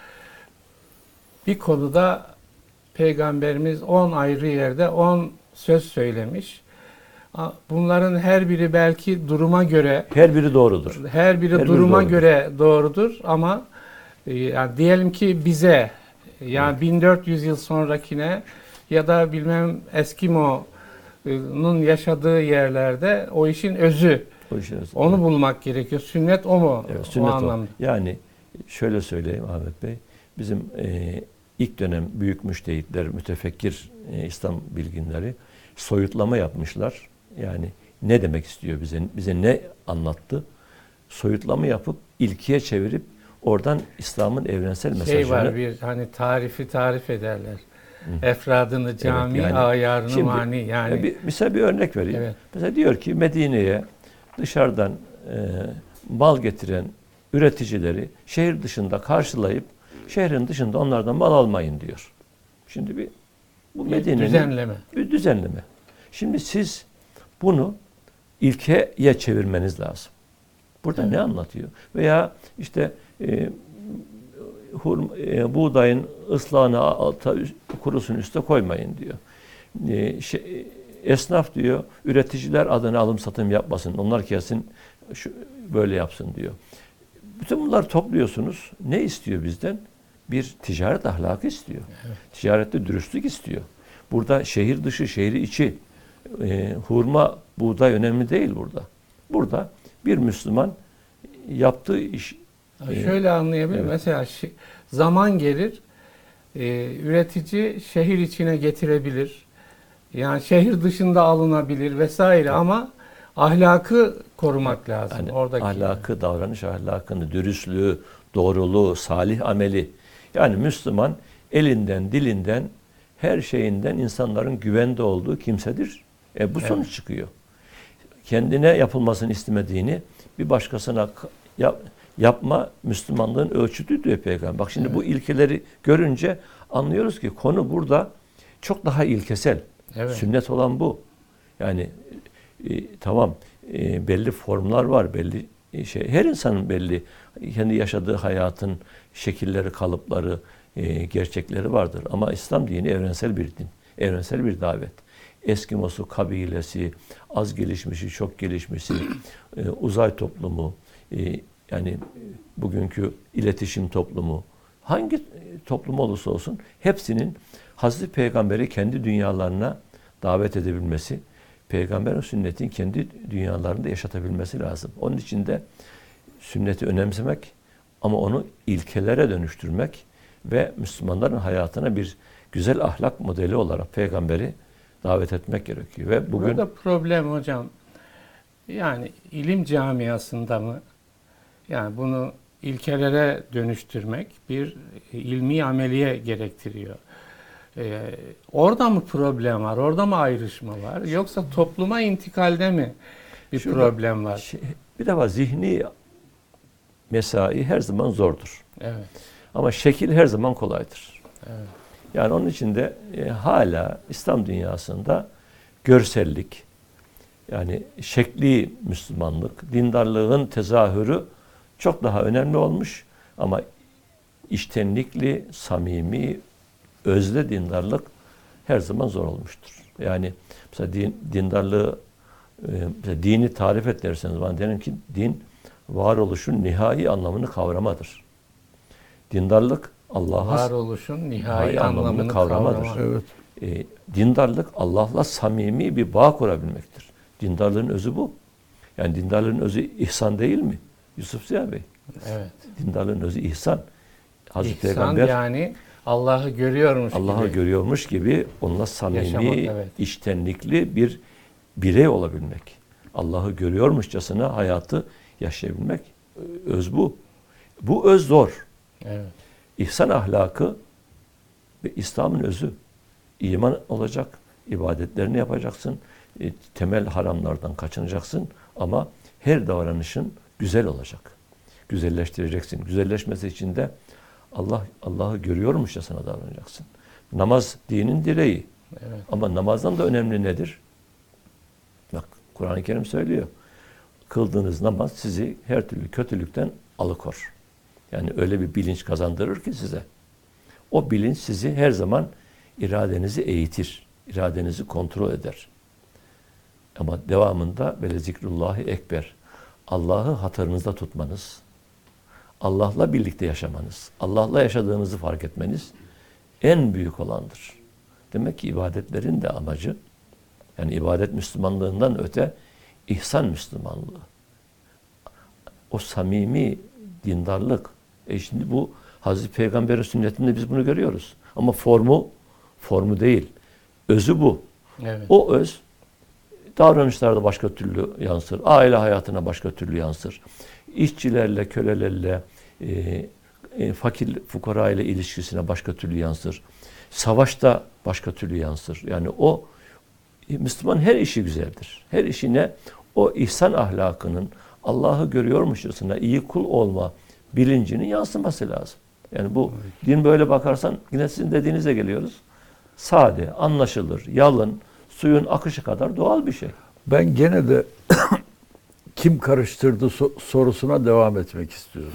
A: bir konuda Peygamberimiz on ayrı yerde on söz söylemiş. A- Bunların her biri belki duruma göre,
C: her biri doğrudur.
A: her biri
C: Her biri
A: duruma
C: doğrudur.
A: göre doğrudur ama e, yani diyelim ki bize yani bin dört yüz yıl sonrakine ya da bilmem Eskimo'nun yaşadığı yerlerde o işin özü.
C: O işin-
A: Onu bulmak gerekiyor. Sünnet o mu?
C: Evet,
A: o
C: sünnet o.
A: anlamda.
C: Yani şöyle söyleyeyim Ahmet Bey, bizim e, ilk dönem büyük müştehitler, mütefekkir e, İslam bilginleri soyutlama yapmışlar. Yani ne demek istiyor bize, bize ne anlattı? Soyutlama yapıp ilkiye çevirip oradan İslam'ın evrensel mesajını...
A: Şey var bir hani tarifi tarif ederler. Efradını cami,
C: yani
A: ayarını
C: şimdi,
A: mani yani.
C: e, bir, mesela bir örnek vereyim.
A: Evet.
C: Mesela diyor ki Medine'ye dışarıdan e, mal getiren üreticileri şehir dışında karşılayıp şehrin dışında onlardan mal almayın diyor. Şimdi bir bu
A: Bir
C: Medine'nin
A: düzenleme.
C: bir düzenleme. Şimdi siz bunu ilkeye çevirmeniz lazım. Burada
A: Evet.
C: ne anlatıyor? Veya işte e, hurma, e, buğdayın ıslahını alta, üst, kurusun üste koymayın diyor. E, şey, esnaf diyor, üreticiler adına alım satım yapmasın. Onlar kesin şu, böyle yapsın diyor. Bütün bunları topluyorsunuz. Ne istiyor bizden? Bir ticaret ahlakı istiyor.
A: Evet.
C: Ticarette dürüstlük istiyor. Burada şehir dışı, şehri içi e, hurma, buğday önemli değil burada. Burada bir Müslüman yaptığı iş
A: Yani şöyle anlayabilir.
C: Evet.
A: Mesela şi- zaman gelir, e, üretici şehir içine getirebilir. Yani şehir dışında alınabilir vesaire ama ahlakı korumak lazım.
C: yani
A: Oradaki
C: ahlakı, davranış ahlakını, dürüstlüğü, doğruluğu, salih ameli. Yani Müslüman elinden, dilinden, her şeyinden insanların güvende olduğu kimsedir. E bu sonuç
A: Evet.
C: çıkıyor. Kendine yapılmasını istemediğini bir başkasına k- yap, yapma Müslümanlığın ölçütü diyor Peygamber. Bak şimdi
A: Evet.
C: bu ilkeleri görünce anlıyoruz ki konu burada çok daha ilkesel.
A: Evet.
C: Sünnet olan bu. Yani e, tamam e, belli formlar var, belli e, şey. Her insanın belli kendi yaşadığı hayatın şekilleri, kalıpları, e, gerçekleri vardır. Ama İslam dini evrensel bir din, evrensel bir davet. Eskimosu, kabilesi, az gelişmişi, çok gelişmişi, e, uzay toplumu, e, yani bugünkü iletişim toplumu, hangi toplum olursa olsun hepsinin Hazreti Peygamber'i kendi dünyalarına davet edebilmesi, Peygamberin sünnetin kendi dünyalarında yaşatabilmesi lazım. Onun için de sünneti önemsemek ama onu ilkelere dönüştürmek ve Müslümanların hayatına bir güzel ahlak modeli olarak Peygamber'i davet etmek gerekiyor. Ve bugün
A: burada problem hocam, yani ilim camiasında mı, yani bunu ilkelere dönüştürmek bir ilmi ameliye gerektiriyor. Ee, orada mı problem var? Orada mı ayrışma var? Yoksa topluma intikalde mi bir
C: Şurada,
A: problem var?
C: Şey, bir defa zihni mesai her zaman zordur.
A: Evet.
C: Ama şekil her zaman kolaydır.
A: Evet.
C: Yani onun için de e, hala İslam dünyasında görsellik, yani şekli Müslümanlık, dindarlığın tezahürü çok daha önemli olmuş. Ama içtenlikli, samimi, özde dindarlık her zaman zor olmuştur. Yani mesela din, dindarlığı, e, mesela dini tarif et derseniz bana derim ki din varoluşun nihai anlamını kavramadır. Dindarlık Allah'a
A: Varoluşun nihai,
C: nihai anlamını,
A: anlamını
C: kavramadır.
A: kavrama.
B: Evet.
C: E, dindarlık Allah'la samimi bir bağ kurabilmektir. Dindarlığın özü bu. Yani dindarlığın özü ihsan değil mi? Yusuf Ziya Bey.
A: Evet.
C: Dindarlığın özü ihsan. Hazreti
A: İhsan
C: Peygamber
A: yani Allah'ı görüyormuş
C: Allah'ı
A: gibi.
C: görüyormuş gibi onunla samimi,
A: Yaşamak, evet.
C: içtenlikli bir birey olabilmek. Allah'ı görüyormuşçasına hayatı yaşayabilmek. Öz bu. Bu öz zor.
A: Evet.
C: İhsan ahlakı ve İslam'ın özü. İman olacak, ibadetlerini yapacaksın, e, temel haramlardan kaçınacaksın ama her davranışın güzel olacak. Güzelleştireceksin. Güzelleşmesi için de Allah Allah'ı görüyormuşçasına davranacaksın. Namaz dinin direği.
A: Evet.
C: Ama namazdan da önemli nedir? Bak Kur'an-ı Kerim söylüyor. Kıldığınız namaz sizi her türlü kötülükten alıkor. Yani öyle bir bilinç kazandırır ki size. O bilinç sizi her zaman iradenizi eğitir. İradenizi kontrol eder. Ama devamında böyle zikrullahi ekber. Allah'ı hatırınızda tutmanız, Allah'la birlikte yaşamanız, Allah'la yaşadığınızı fark etmeniz en büyük olandır. Demek ki ibadetlerin de amacı, yani ibadet Müslümanlığından öte ihsan Müslümanlığı. O samimi dindarlık. E şimdi bu Hazreti Peygamber'in sünnetinde biz bunu görüyoruz. Ama formu, formu değil. Özü bu.
A: Evet.
C: O öz davranışlarda başka türlü yansır. Aile hayatına başka türlü yansır. İşçilerle, kölelerle, e, e, fakir fukara ile ilişkisine başka türlü yansır. Savaşta başka türlü yansır. Yani o e, Müslüman her işi güzeldir. Her işine o ihsan ahlakının Allah'ı görüyormuşçasına iyi kul olma bilincinin yansıması lazım. Yani bu din böyle bakarsan yine sizin dediğinize geliyoruz. Sade, anlaşılır, yalın, suyun akışı kadar doğal bir şey.
B: Ben gene de kim karıştırdı so- sorusuna devam etmek istiyorum.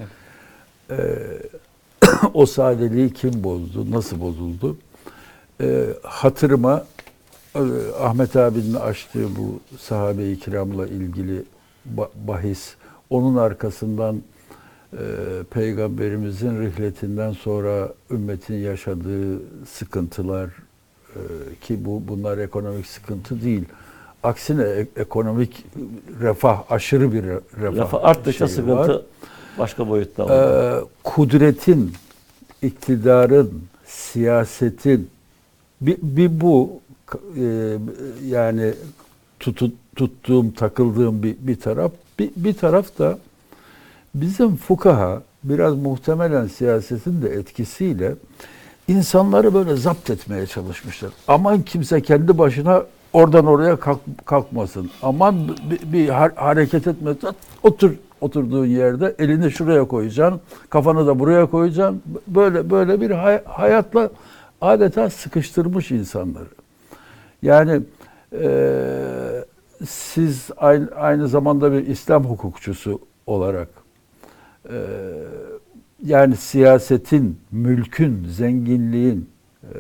B: ee, o sadeliği kim bozdu, nasıl bozuldu? Ee, hatırıma e, Ahmet abinin açtığı bu sahabe-i kiramla ilgili ba- bahis, onun arkasından e, Peygamberimizin rihletinden sonra ümmetin yaşadığı sıkıntılar, e, ki bu bunlar ekonomik sıkıntı değil. Aksine e- ekonomik refah, aşırı bir re- refah
C: Lafı arttıkça
B: şeyi
C: sıkıntı
B: var.
C: başka boyutta oldu.
B: Ee, kudretin, iktidarın, siyasetin bir, bir bu e, yani tutut, tuttuğum, takıldığım bir, bir taraf. Bir, bir taraf da bizim fukaha biraz muhtemelen siyasetin de etkisiyle insanları böyle zapt etmeye çalışmışlar. Aman kimse kendi başına oradan oraya kalk, kalkmasın. Aman bir, bir hareket etmesin. Otur oturduğun yerde elini şuraya koyacaksın, kafanı da buraya koyacaksın. Böyle böyle bir hay- hayatla adeta sıkıştırmış insanları. Yani e, siz aynı, aynı zamanda bir İslam hukukçusu olarak e, yani siyasetin, mülkün, zenginliğin e,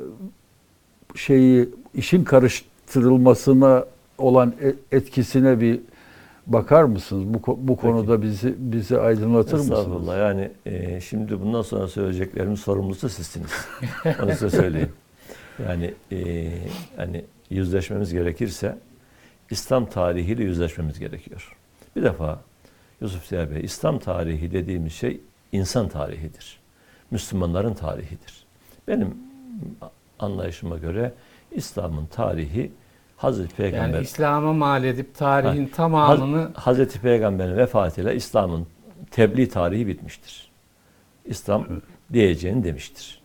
B: şeyi işin karıştırılmasına olan etkisine bir bakar mısınız? Bu bu konuda bizi bizi aydınlatır mısınız?
C: Estağfurullah. Yani e, şimdi bundan sonra söyleyeceklerimin sorumlusu sizsiniz. Onu size söyleyeyim. Yani e, hani yüzleşmemiz gerekirse İslam tarihiyle yüzleşmemiz gerekiyor. Bir defa Yusuf Ziya Bey, İslam tarihi dediğimiz şey insan tarihidir. Müslümanların tarihidir. Benim anlayışıma göre İslam'ın tarihi Hazreti Peygamber...
A: Yani İslam'a mal edip tarihin
C: ha,
A: tamamını...
C: Hazreti Peygamber'in vefatıyla İslam'ın tebliğ tarihi bitmiştir. İslam evet. diyeceğini demiştir.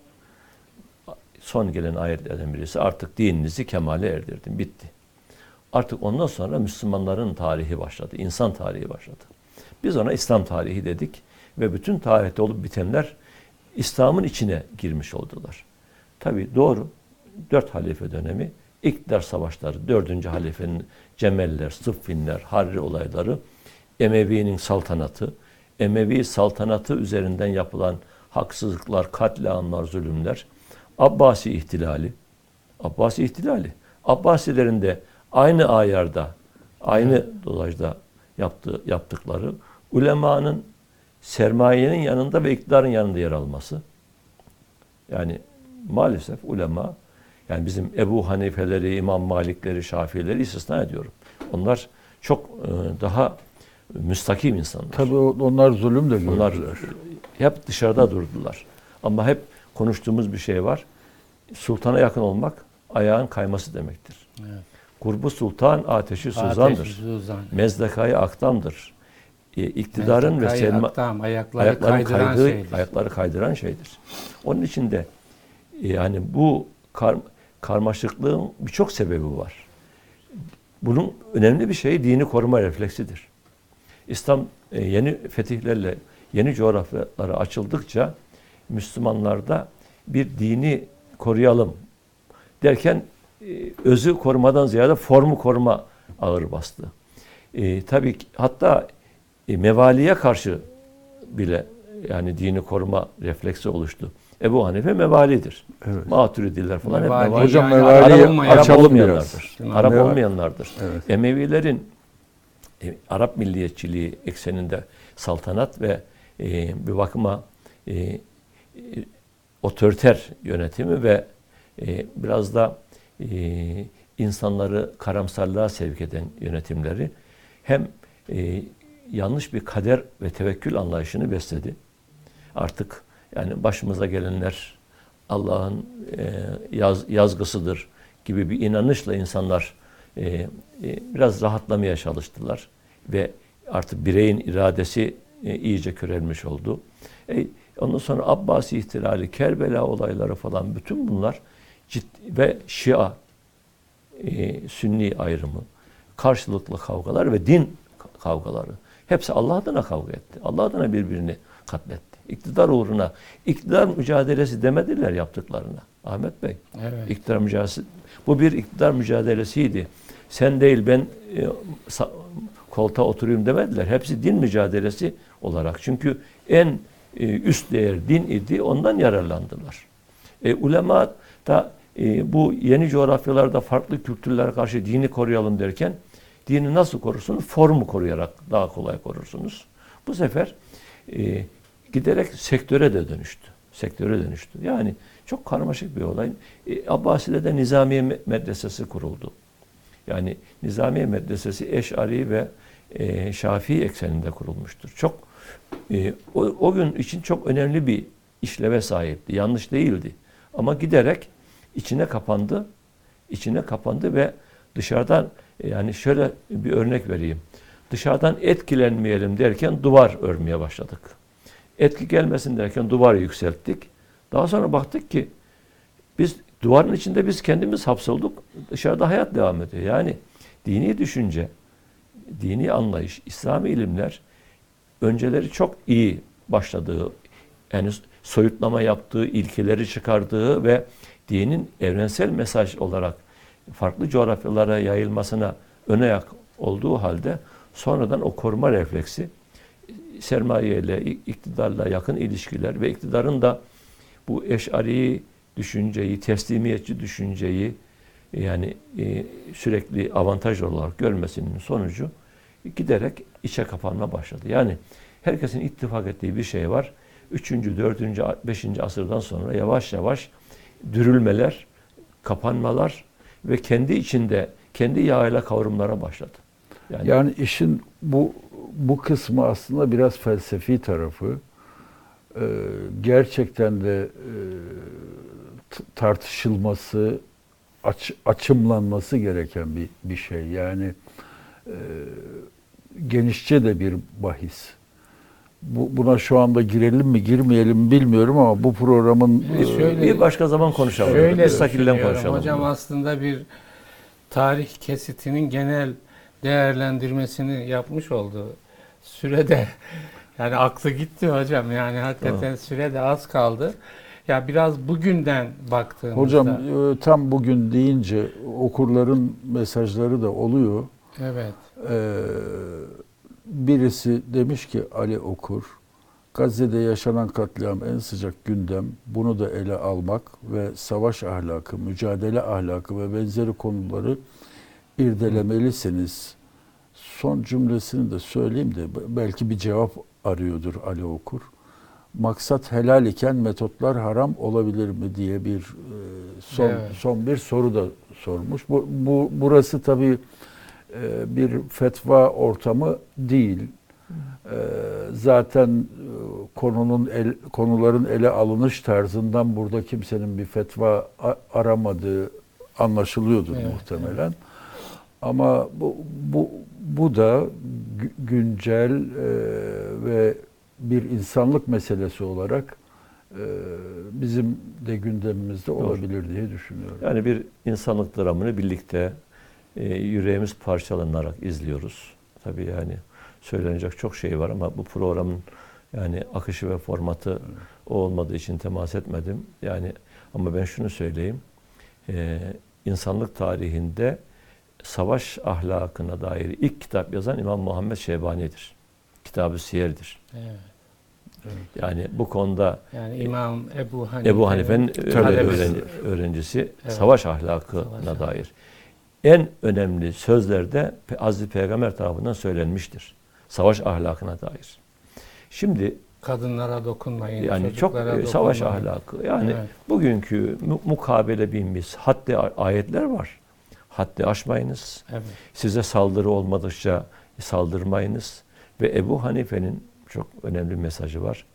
C: Son gelen ayetlerden birisi artık dininizi kemale erdirdim. Bitti. Artık ondan sonra Müslümanların tarihi başladı. İnsan tarihi başladı. Biz ona İslam tarihi dedik ve bütün tarihte olup bitenler İslam'ın içine girmiş oldular. Tabii doğru. Dört halife dönemi, iktidar savaşları, dördüncü halifenin Cemeller, Sıffinler, Harri olayları, Emevi'nin saltanatı, Emevi saltanatı üzerinden yapılan haksızlıklar, katliamlar, zulümler, Abbasi ihtilali, Abbasi ihtilali, Abbasilerin de aynı ayarda, aynı dolayda yaptığı, yaptıkları, ulemanın sermayenin yanında ve iktidarın yanında yer alması. Yani maalesef ulema, yani bizim Ebu Hanifeleri, İmam Malikleri, Şafiileri istisna ediyorum. Onlar çok e, daha müstakim insanlar.
B: Tabii onlar zulüm de gördüler.
C: Onlar hep dışarıda durdular. Ama hep konuştuğumuz bir şey var. Sultana yakın olmak ayağın kayması demektir. Evet. Kurbu sultan ateşi suzandır. Ateşi suzan. Mezdekayı aktamdır. E, iktidarın Mezdekayı ve selma, aktam, ayakları ayakların kaydıran kaydığı, şeydir. Ayakları kaydıran şeydir. Onun için de e, yani bu kar, karmaşıklığın birçok sebebi var. Bunun önemli bir şeyi dini koruma refleksidir. İslam e, yeni fetihlerle yeni coğrafyalara açıldıkça Müslümanlarda bir dini koruyalım derken e, özü korumadan ziyade formu koruma ağır bastı. E, tabii ki, hatta e, mevaliye karşı bile yani dini koruma refleksi oluştu. Ebu Hanife mevalidir. Evet. Maturidiler falan
A: mevali,
C: hep mevali.
B: Hocam
C: Yani
B: mevaliyi
C: Arap,
B: açalım
C: Arap
B: biraz.
C: Arap
B: Mevali.
C: olmayanlardır. Evet. Emevilerin e, Arap milliyetçiliği ekseninde saltanat ve e, bir bakıma e, e, otoriter yönetimi ve e, biraz da e, insanları karamsarlığa sevk eden yönetimleri hem e, yanlış bir kader ve tevekkül anlayışını besledi. Artık yani başımıza gelenler Allah'ın e, yaz, yazgısıdır gibi bir inanışla insanlar e, e, biraz rahatlamaya çalıştılar ve artık bireyin iradesi e, iyice körelmiş oldu. E, ondan sonra Abbasi ihtilali, Kerbela olayları falan bütün bunlar ciddi ve Şia, e, Sünni ayrımı, karşılıklı kavgalar ve din kavgaları. Hepsi Allah adına kavga etti. Allah adına birbirini katletti. İktidar uğruna, iktidar mücadelesi demediler yaptıklarına. Ahmet Bey, evet. İktidar mücadelesi, bu bir iktidar mücadelesiydi. Sen değil ben e, koltuğa oturayım demediler. Hepsi din mücadelesi olarak. Çünkü en e, üst değer din idi, ondan yararlandılar. E, ulema da e, bu yeni coğrafyalarda farklı kültürlere karşı dini koruyalım derken, dini nasıl korursunuz? Formu koruyarak daha kolay korursunuz. Bu sefer e, giderek sektöre de dönüştü. Sektöre dönüştü. Yani çok karmaşık bir olay. E, Abbasi'de Nizamiye Medresesi kuruldu. Yani Nizamiye Medresesi Eş'ari ve e, Şafii ekseninde kurulmuştur. Çok e, o, o gün için çok önemli bir işleve sahipti. Yanlış değildi. Ama giderek içine kapandı. İçine kapandı ve dışarıdan yani şöyle bir örnek vereyim. Dışarıdan etkilenmeyelim derken duvar örmeye başladık. Etki gelmesin derken duvarı yükselttik. Daha sonra baktık ki biz duvarın içinde biz kendimiz hapsolduk. Dışarıda hayat devam ediyor. Yani dini düşünce, dini anlayış, İslami ilimler önceleri çok iyi başladığı, yani soyutlama yaptığı, ilkeleri çıkardığı ve dinin evrensel mesaj olarak farklı coğrafyalara yayılmasına ön ayak olduğu halde sonradan o koruma refleksi, sermaye ile, iktidarla yakın ilişkiler ve iktidarın da bu eş'ari düşünceyi, teslimiyetçi düşünceyi yani e, sürekli avantaj olarak görmesinin sonucu giderek içe kapanma başladı. Yani herkesin ittifak ettiği bir şey var. Üçüncü, dördüncü, beşinci asırdan sonra yavaş yavaş dürülmeler, kapanmalar ve kendi içinde, kendi yağıyla kavrumlara başladı.
B: Yani, yani işin bu bu kısmı aslında biraz felsefi tarafı. Ee, gerçekten de e, tartışılması, aç, açımlanması gereken bir bir şey. Yani e, genişçe de bir bahis. Bu, buna şu anda girelim mi girmeyelim mi bilmiyorum ama bu programın
A: e, şöyle,
C: bir başka zaman konuşalım.
A: Şöyle
C: Müstakillen konuşalım.
A: Hocam bunu. Aslında bir tarih kesitinin genel değerlendirmesini yapmış oldu. Sürede yani aklı gitti hocam. Yani hakikaten tamam. Sürede az kaldı. Ya biraz bugünden baktığımızda.
B: Hocam e, tam bugün deyince okurların mesajları da oluyor.
A: Evet.
B: Ee, birisi demiş ki Ali Okur, Gazze'de yaşanan katliam en sıcak gündem. Bunu da ele almak ve savaş ahlakı, mücadele ahlakı ve benzeri konuları irdelemelisiniz. Son cümlesini de söyleyeyim de belki bir cevap arıyordur Ali Okur. Maksat helal iken metotlar haram olabilir mi diye bir son evet. son bir soru da sormuş. Bu, bu burası tabii bir fetva ortamı değil. Zaten konunun el, konuların ele alınış tarzından burada kimsenin bir fetva aramadığı anlaşılıyordur evet, muhtemelen. Evet. Ama bu bu bu da güncel e, ve bir insanlık meselesi olarak e, bizim de gündemimizde olabilir Doğru. diye düşünüyorum.
C: Yani bir insanlık dramını birlikte e, yüreğimiz parçalanarak izliyoruz. Tabii yani söylenecek çok şey var ama bu programın yani akışı ve formatı evet. o olmadığı için temas etmedim. Yani ama ben şunu söyleyeyim. E, insanlık tarihinde savaş ahlakına dair ilk kitap yazan İmam Muhammed Şeybani'dir. Kitab-ı Siyer'dir. Evet. Evet. Yani bu konuda
A: yani İmam Ebu Hanife
C: Ebu Hanife'nin öğrenci, öğrencisi evet. savaş ahlakına savaş. dair en önemli sözlerde Hazreti Peygamber tarafından söylenmiştir. Savaş ahlakına dair. Şimdi
A: kadınlara dokunmayın,
C: yani çok dokunmayın. Savaş ahlakı. Yani evet. bugünkü mukabele binmiş haddi ayetler var. Haddi aşmayınız. Evet. Size saldırı olmadıkça saldırmayınız. Ve Ebu Hanife'nin çok önemli bir mesajı var.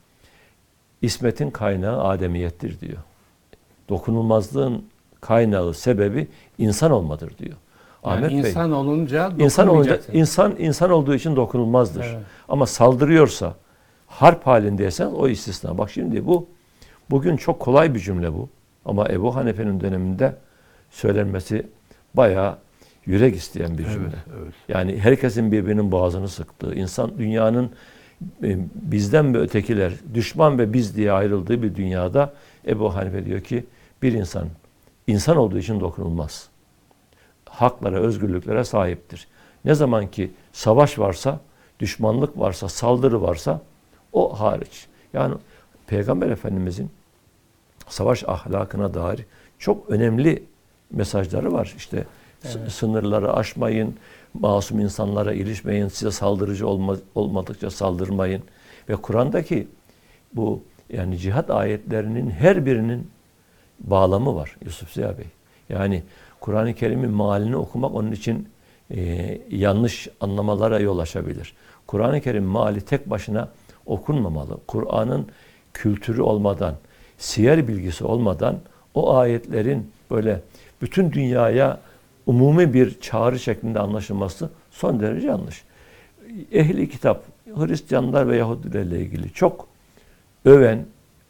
C: İsmetin kaynağı ademiyettir diyor. Dokunulmazlığın kaynağı, sebebi insan olmadır diyor.
A: Yani Ahmet insan Bey, olunca
C: insan olunca insan insan olduğu için dokunulmazdır. Evet. Ama saldırıyorsa, harp halindeysen o istisna. Bak şimdi bu bugün çok kolay bir cümle bu. Ama Ebu Hanife'nin döneminde söylenmesi bayağı yürek isteyen bir cümle. Evet, evet. Yani herkesin birbirinin boğazını sıktığı, insan dünyanın bizden ve ötekiler, düşman ve biz diye ayrıldığı bir dünyada Ebu Hanife diyor ki bir insan, insan olduğu için dokunulmaz. Haklara, özgürlüklere sahiptir. Ne zaman ki savaş varsa, düşmanlık varsa, saldırı varsa o hariç. Yani Peygamber Efendimizin savaş ahlakına dair çok önemli mesajları var. İşte evet. sınırları aşmayın, masum insanlara ilişmeyin, size saldırıcı olma, olmadıkça saldırmayın. Ve Kur'an'daki bu yani cihat ayetlerinin her birinin bağlamı var Yusuf Ziya Bey. Yani Kur'an-ı Kerim'in mealini okumak onun için e, yanlış anlamalara yol açabilir. Kur'an-ı Kerim meali tek başına okunmamalı. Kur'an'ın kültürü olmadan, siyer bilgisi olmadan o ayetlerin böyle bütün dünyaya umumi bir çağrı şeklinde anlaşılması son derece yanlış. Ehli kitap, Hristiyanlar ve Yahudilerle ilgili çok öven,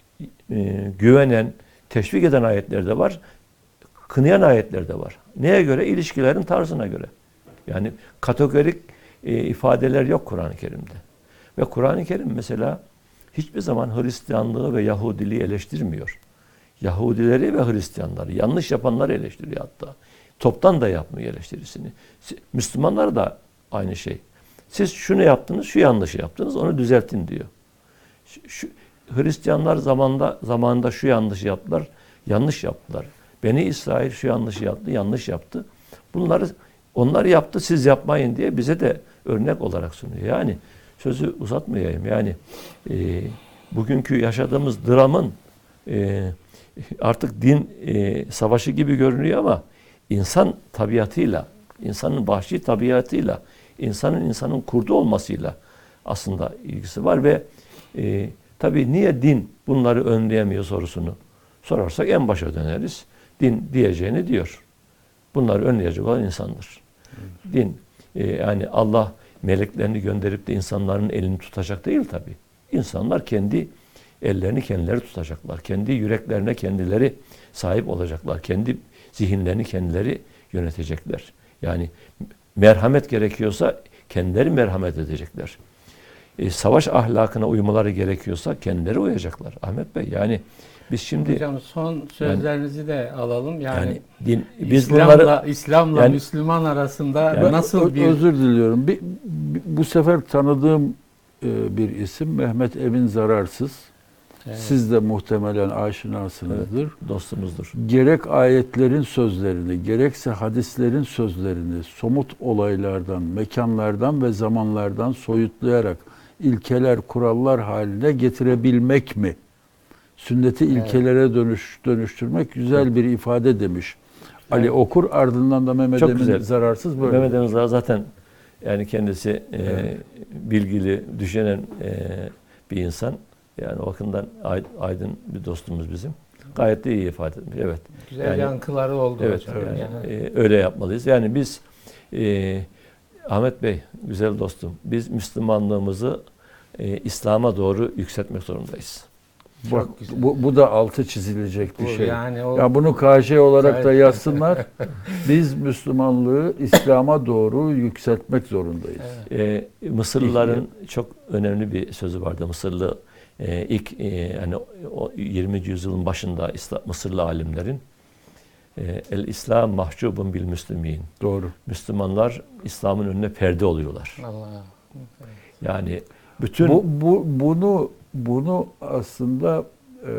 C: e, güvenen, teşvik eden ayetler de var, kınayan ayetler de var. Neye göre? İlişkilerin tarzına göre. Yani kategorik e, ifadeler yok Kur'an-ı Kerim'de. Ve Kur'an-ı Kerim mesela hiçbir zaman Hristiyanlığı ve Yahudiliği eleştirmiyor. Yahudileri ve Hristiyanları, yanlış yapanları eleştiriyor hatta. Toptan da yapmıyor eleştirisini. Müslümanlar da aynı şey. Siz şunu yaptınız, şu yanlışı yaptınız, onu düzeltin diyor. Şu, şu, Hristiyanlar zamanda zamanında şu yanlışı yaptılar, yanlış yaptılar. Beni İsrail şu yanlışı yaptı, yanlış yaptı. Bunları onlar yaptı, siz yapmayın diye bize de örnek olarak sunuyor. Yani sözü uzatmayayım. Yani e, bugünkü yaşadığımız dramın e, artık din e, savaşı gibi görünüyor ama insan tabiatıyla, insanın vahşi tabiatıyla, insanın insanın kurdu olmasıyla aslında ilgisi var ve e, tabii niye din bunları önleyemiyor sorusunu sorarsak en başa döneriz. Din diyeceğini diyor. Bunları önleyecek olan insandır. Evet. Din e, yani Allah meleklerini gönderip de insanların elini tutacak değil tabii. İnsanlar kendi ellerini kendileri tutacaklar. Kendi yüreklerine kendileri sahip olacaklar. Kendi zihinlerini kendileri yönetecekler. Yani merhamet gerekiyorsa kendileri merhamet edecekler. E, savaş ahlakına uymaları gerekiyorsa kendileri uyacaklar. Ahmet Bey yani biz şimdi
A: hocam son sözlerinizi yani, de alalım. Yani, yani
C: din, biz
A: İslam'la,
C: bunları
A: İslam'la
C: yani,
A: Müslüman arasında
C: yani,
A: nasıl bir
B: özür diliyorum. Bir, bir, bu sefer tanıdığım e, bir isim Mehmet Emin Zararsız. Evet. Siz de muhtemelen aşinasınızdır.
C: Evet, dostumuzdur.
B: Gerek ayetlerin sözlerini, gerekse hadislerin sözlerini somut olaylardan, mekanlardan ve zamanlardan soyutlayarak ilkeler, kurallar haline getirebilmek mi? Sünneti evet. ilkelere dönüş, dönüştürmek güzel evet. bir ifade demiş. Evet. Ali Okur, ardından da Mehmet Çok Emin güzel. Zararsız böyle.
C: Mehmet Emin Zararsız zaten yani kendisi evet. e, bilgili, düşünen e, bir insan. Yani o bakımdan aydın bir dostumuz bizim. Gayet de iyi ifade etmiş. Evet.
A: Güzel
C: yani,
A: yankıları oldu
C: evet,
A: hocam.
C: Yani,
A: yani.
C: E, öyle yapmalıyız. Yani biz e, Ahmet Bey, güzel dostum, biz Müslümanlığımızı e, İslam'a doğru yükseltmek zorundayız.
B: Bak, bu, bu da altı çizilecek bir
A: bu,
B: şey.
A: Yani o,
B: ya bunu K J olarak da yazsınlar. Biz Müslümanlığı İslam'a doğru yükseltmek zorundayız.
C: Evet. E, Mısırlıların çok önemli bir sözü vardı. Mısırlı e, ilk e, yani o yirminci yüzyılın başında İslam, Mısırlı alimlerin e, el İslam mahcubun bil Müslümin.
B: Doğru.
C: Müslümanlar İslam'ın önüne perde oluyorlar.
A: Allah.
C: Yani bütün
B: bu, bu bunu bunu aslında e,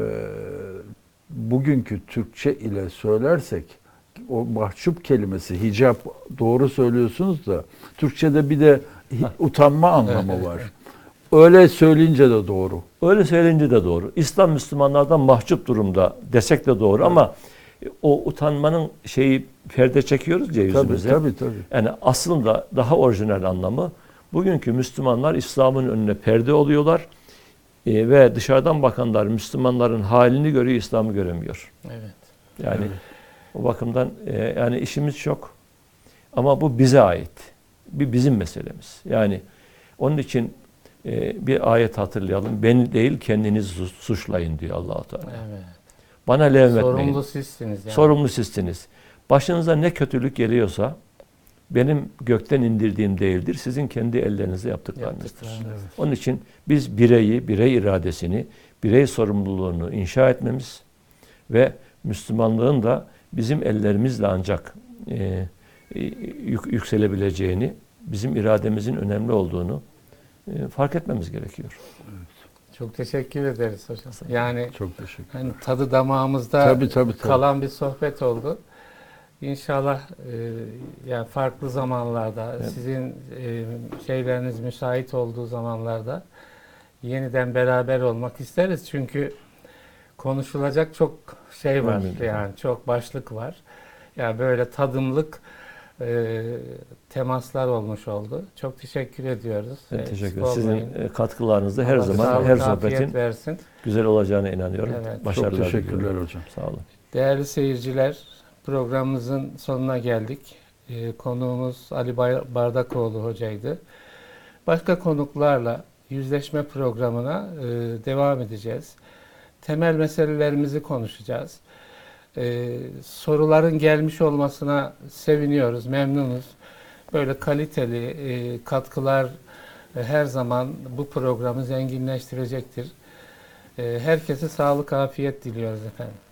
B: bugünkü Türkçe ile söylersek o mahcup kelimesi hicap doğru söylüyorsunuz da Türkçe'de bir de utanma anlamı var. Öyle söyleyince de doğru.
C: Öyle söyleyince de doğru. İslam Müslümanlardan mahcup durumda desek de doğru evet. ama o utanmanın şeyi perde çekiyoruz ya yüzümüze.
B: Tabii tabii. tabii.
C: Yani aslında daha orijinal anlamı bugünkü Müslümanlar İslam'ın önüne perde oluyorlar. Ee, ve dışarıdan bakanlar Müslümanların halini görüyor, İslam'ı göremiyor.
A: Evet.
C: Yani
B: evet.
C: o bakımdan e, yani işimiz çok. Ama bu bize ait. Bir bizim meselemiz. Yani onun için e, bir ayet hatırlayalım. Beni değil kendinizi suçlayın diyor Allah-u Teala.
A: Evet.
C: Bana levmetmeyin.
A: Sorumlu sizsiniz. Yani.
C: Sorumlu sizsiniz. Başınıza ne kötülük geliyorsa benim gökten indirdiğim değildir. Sizin kendi ellerinizle yaptıklarınızdır. Evet. Onun için biz bireyi, birey iradesini, birey sorumluluğunu inşa etmemiz ve Müslümanlığın da bizim ellerimizle ancak e, yük, yükselebileceğini, bizim irademizin önemli olduğunu e, fark etmemiz gerekiyor.
A: Evet. Çok teşekkür ederiz hocam. Yani
B: çok teşekkür
A: hani tadı damağımızda
B: tabii, tabii, tabii.
A: kalan bir sohbet oldu. İnşallah e, yani farklı zamanlarda evet. sizin e, şeyleriniz müsait olduğu zamanlarda yeniden beraber olmak isteriz. Çünkü konuşulacak çok şey var. Önemli. Yani çok başlık var. Yani böyle tadımlık e, temaslar olmuş oldu. Çok teşekkür ediyoruz.
C: Evet, teşekkür ederim. Sizin katkılarınızda her Allah zaman sağlık, her sohbetin versin. Güzel olacağına inanıyorum. Evet.
B: Başarılar çok teşekkürler diliyorum. Hocam.
C: Sağ olun.
A: Değerli seyirciler, programımızın sonuna geldik. Ee, konuğumuz Ali Bardakoğlu hocaydı. Başka konuklarla yüzleşme programına e, devam edeceğiz. Temel meselelerimizi konuşacağız. Ee, soruların gelmiş olmasına seviniyoruz, memnunuz. Böyle kaliteli e, katkılar e, her zaman bu programı zenginleştirecektir. E, herkese sağlık, afiyet diliyoruz efendim.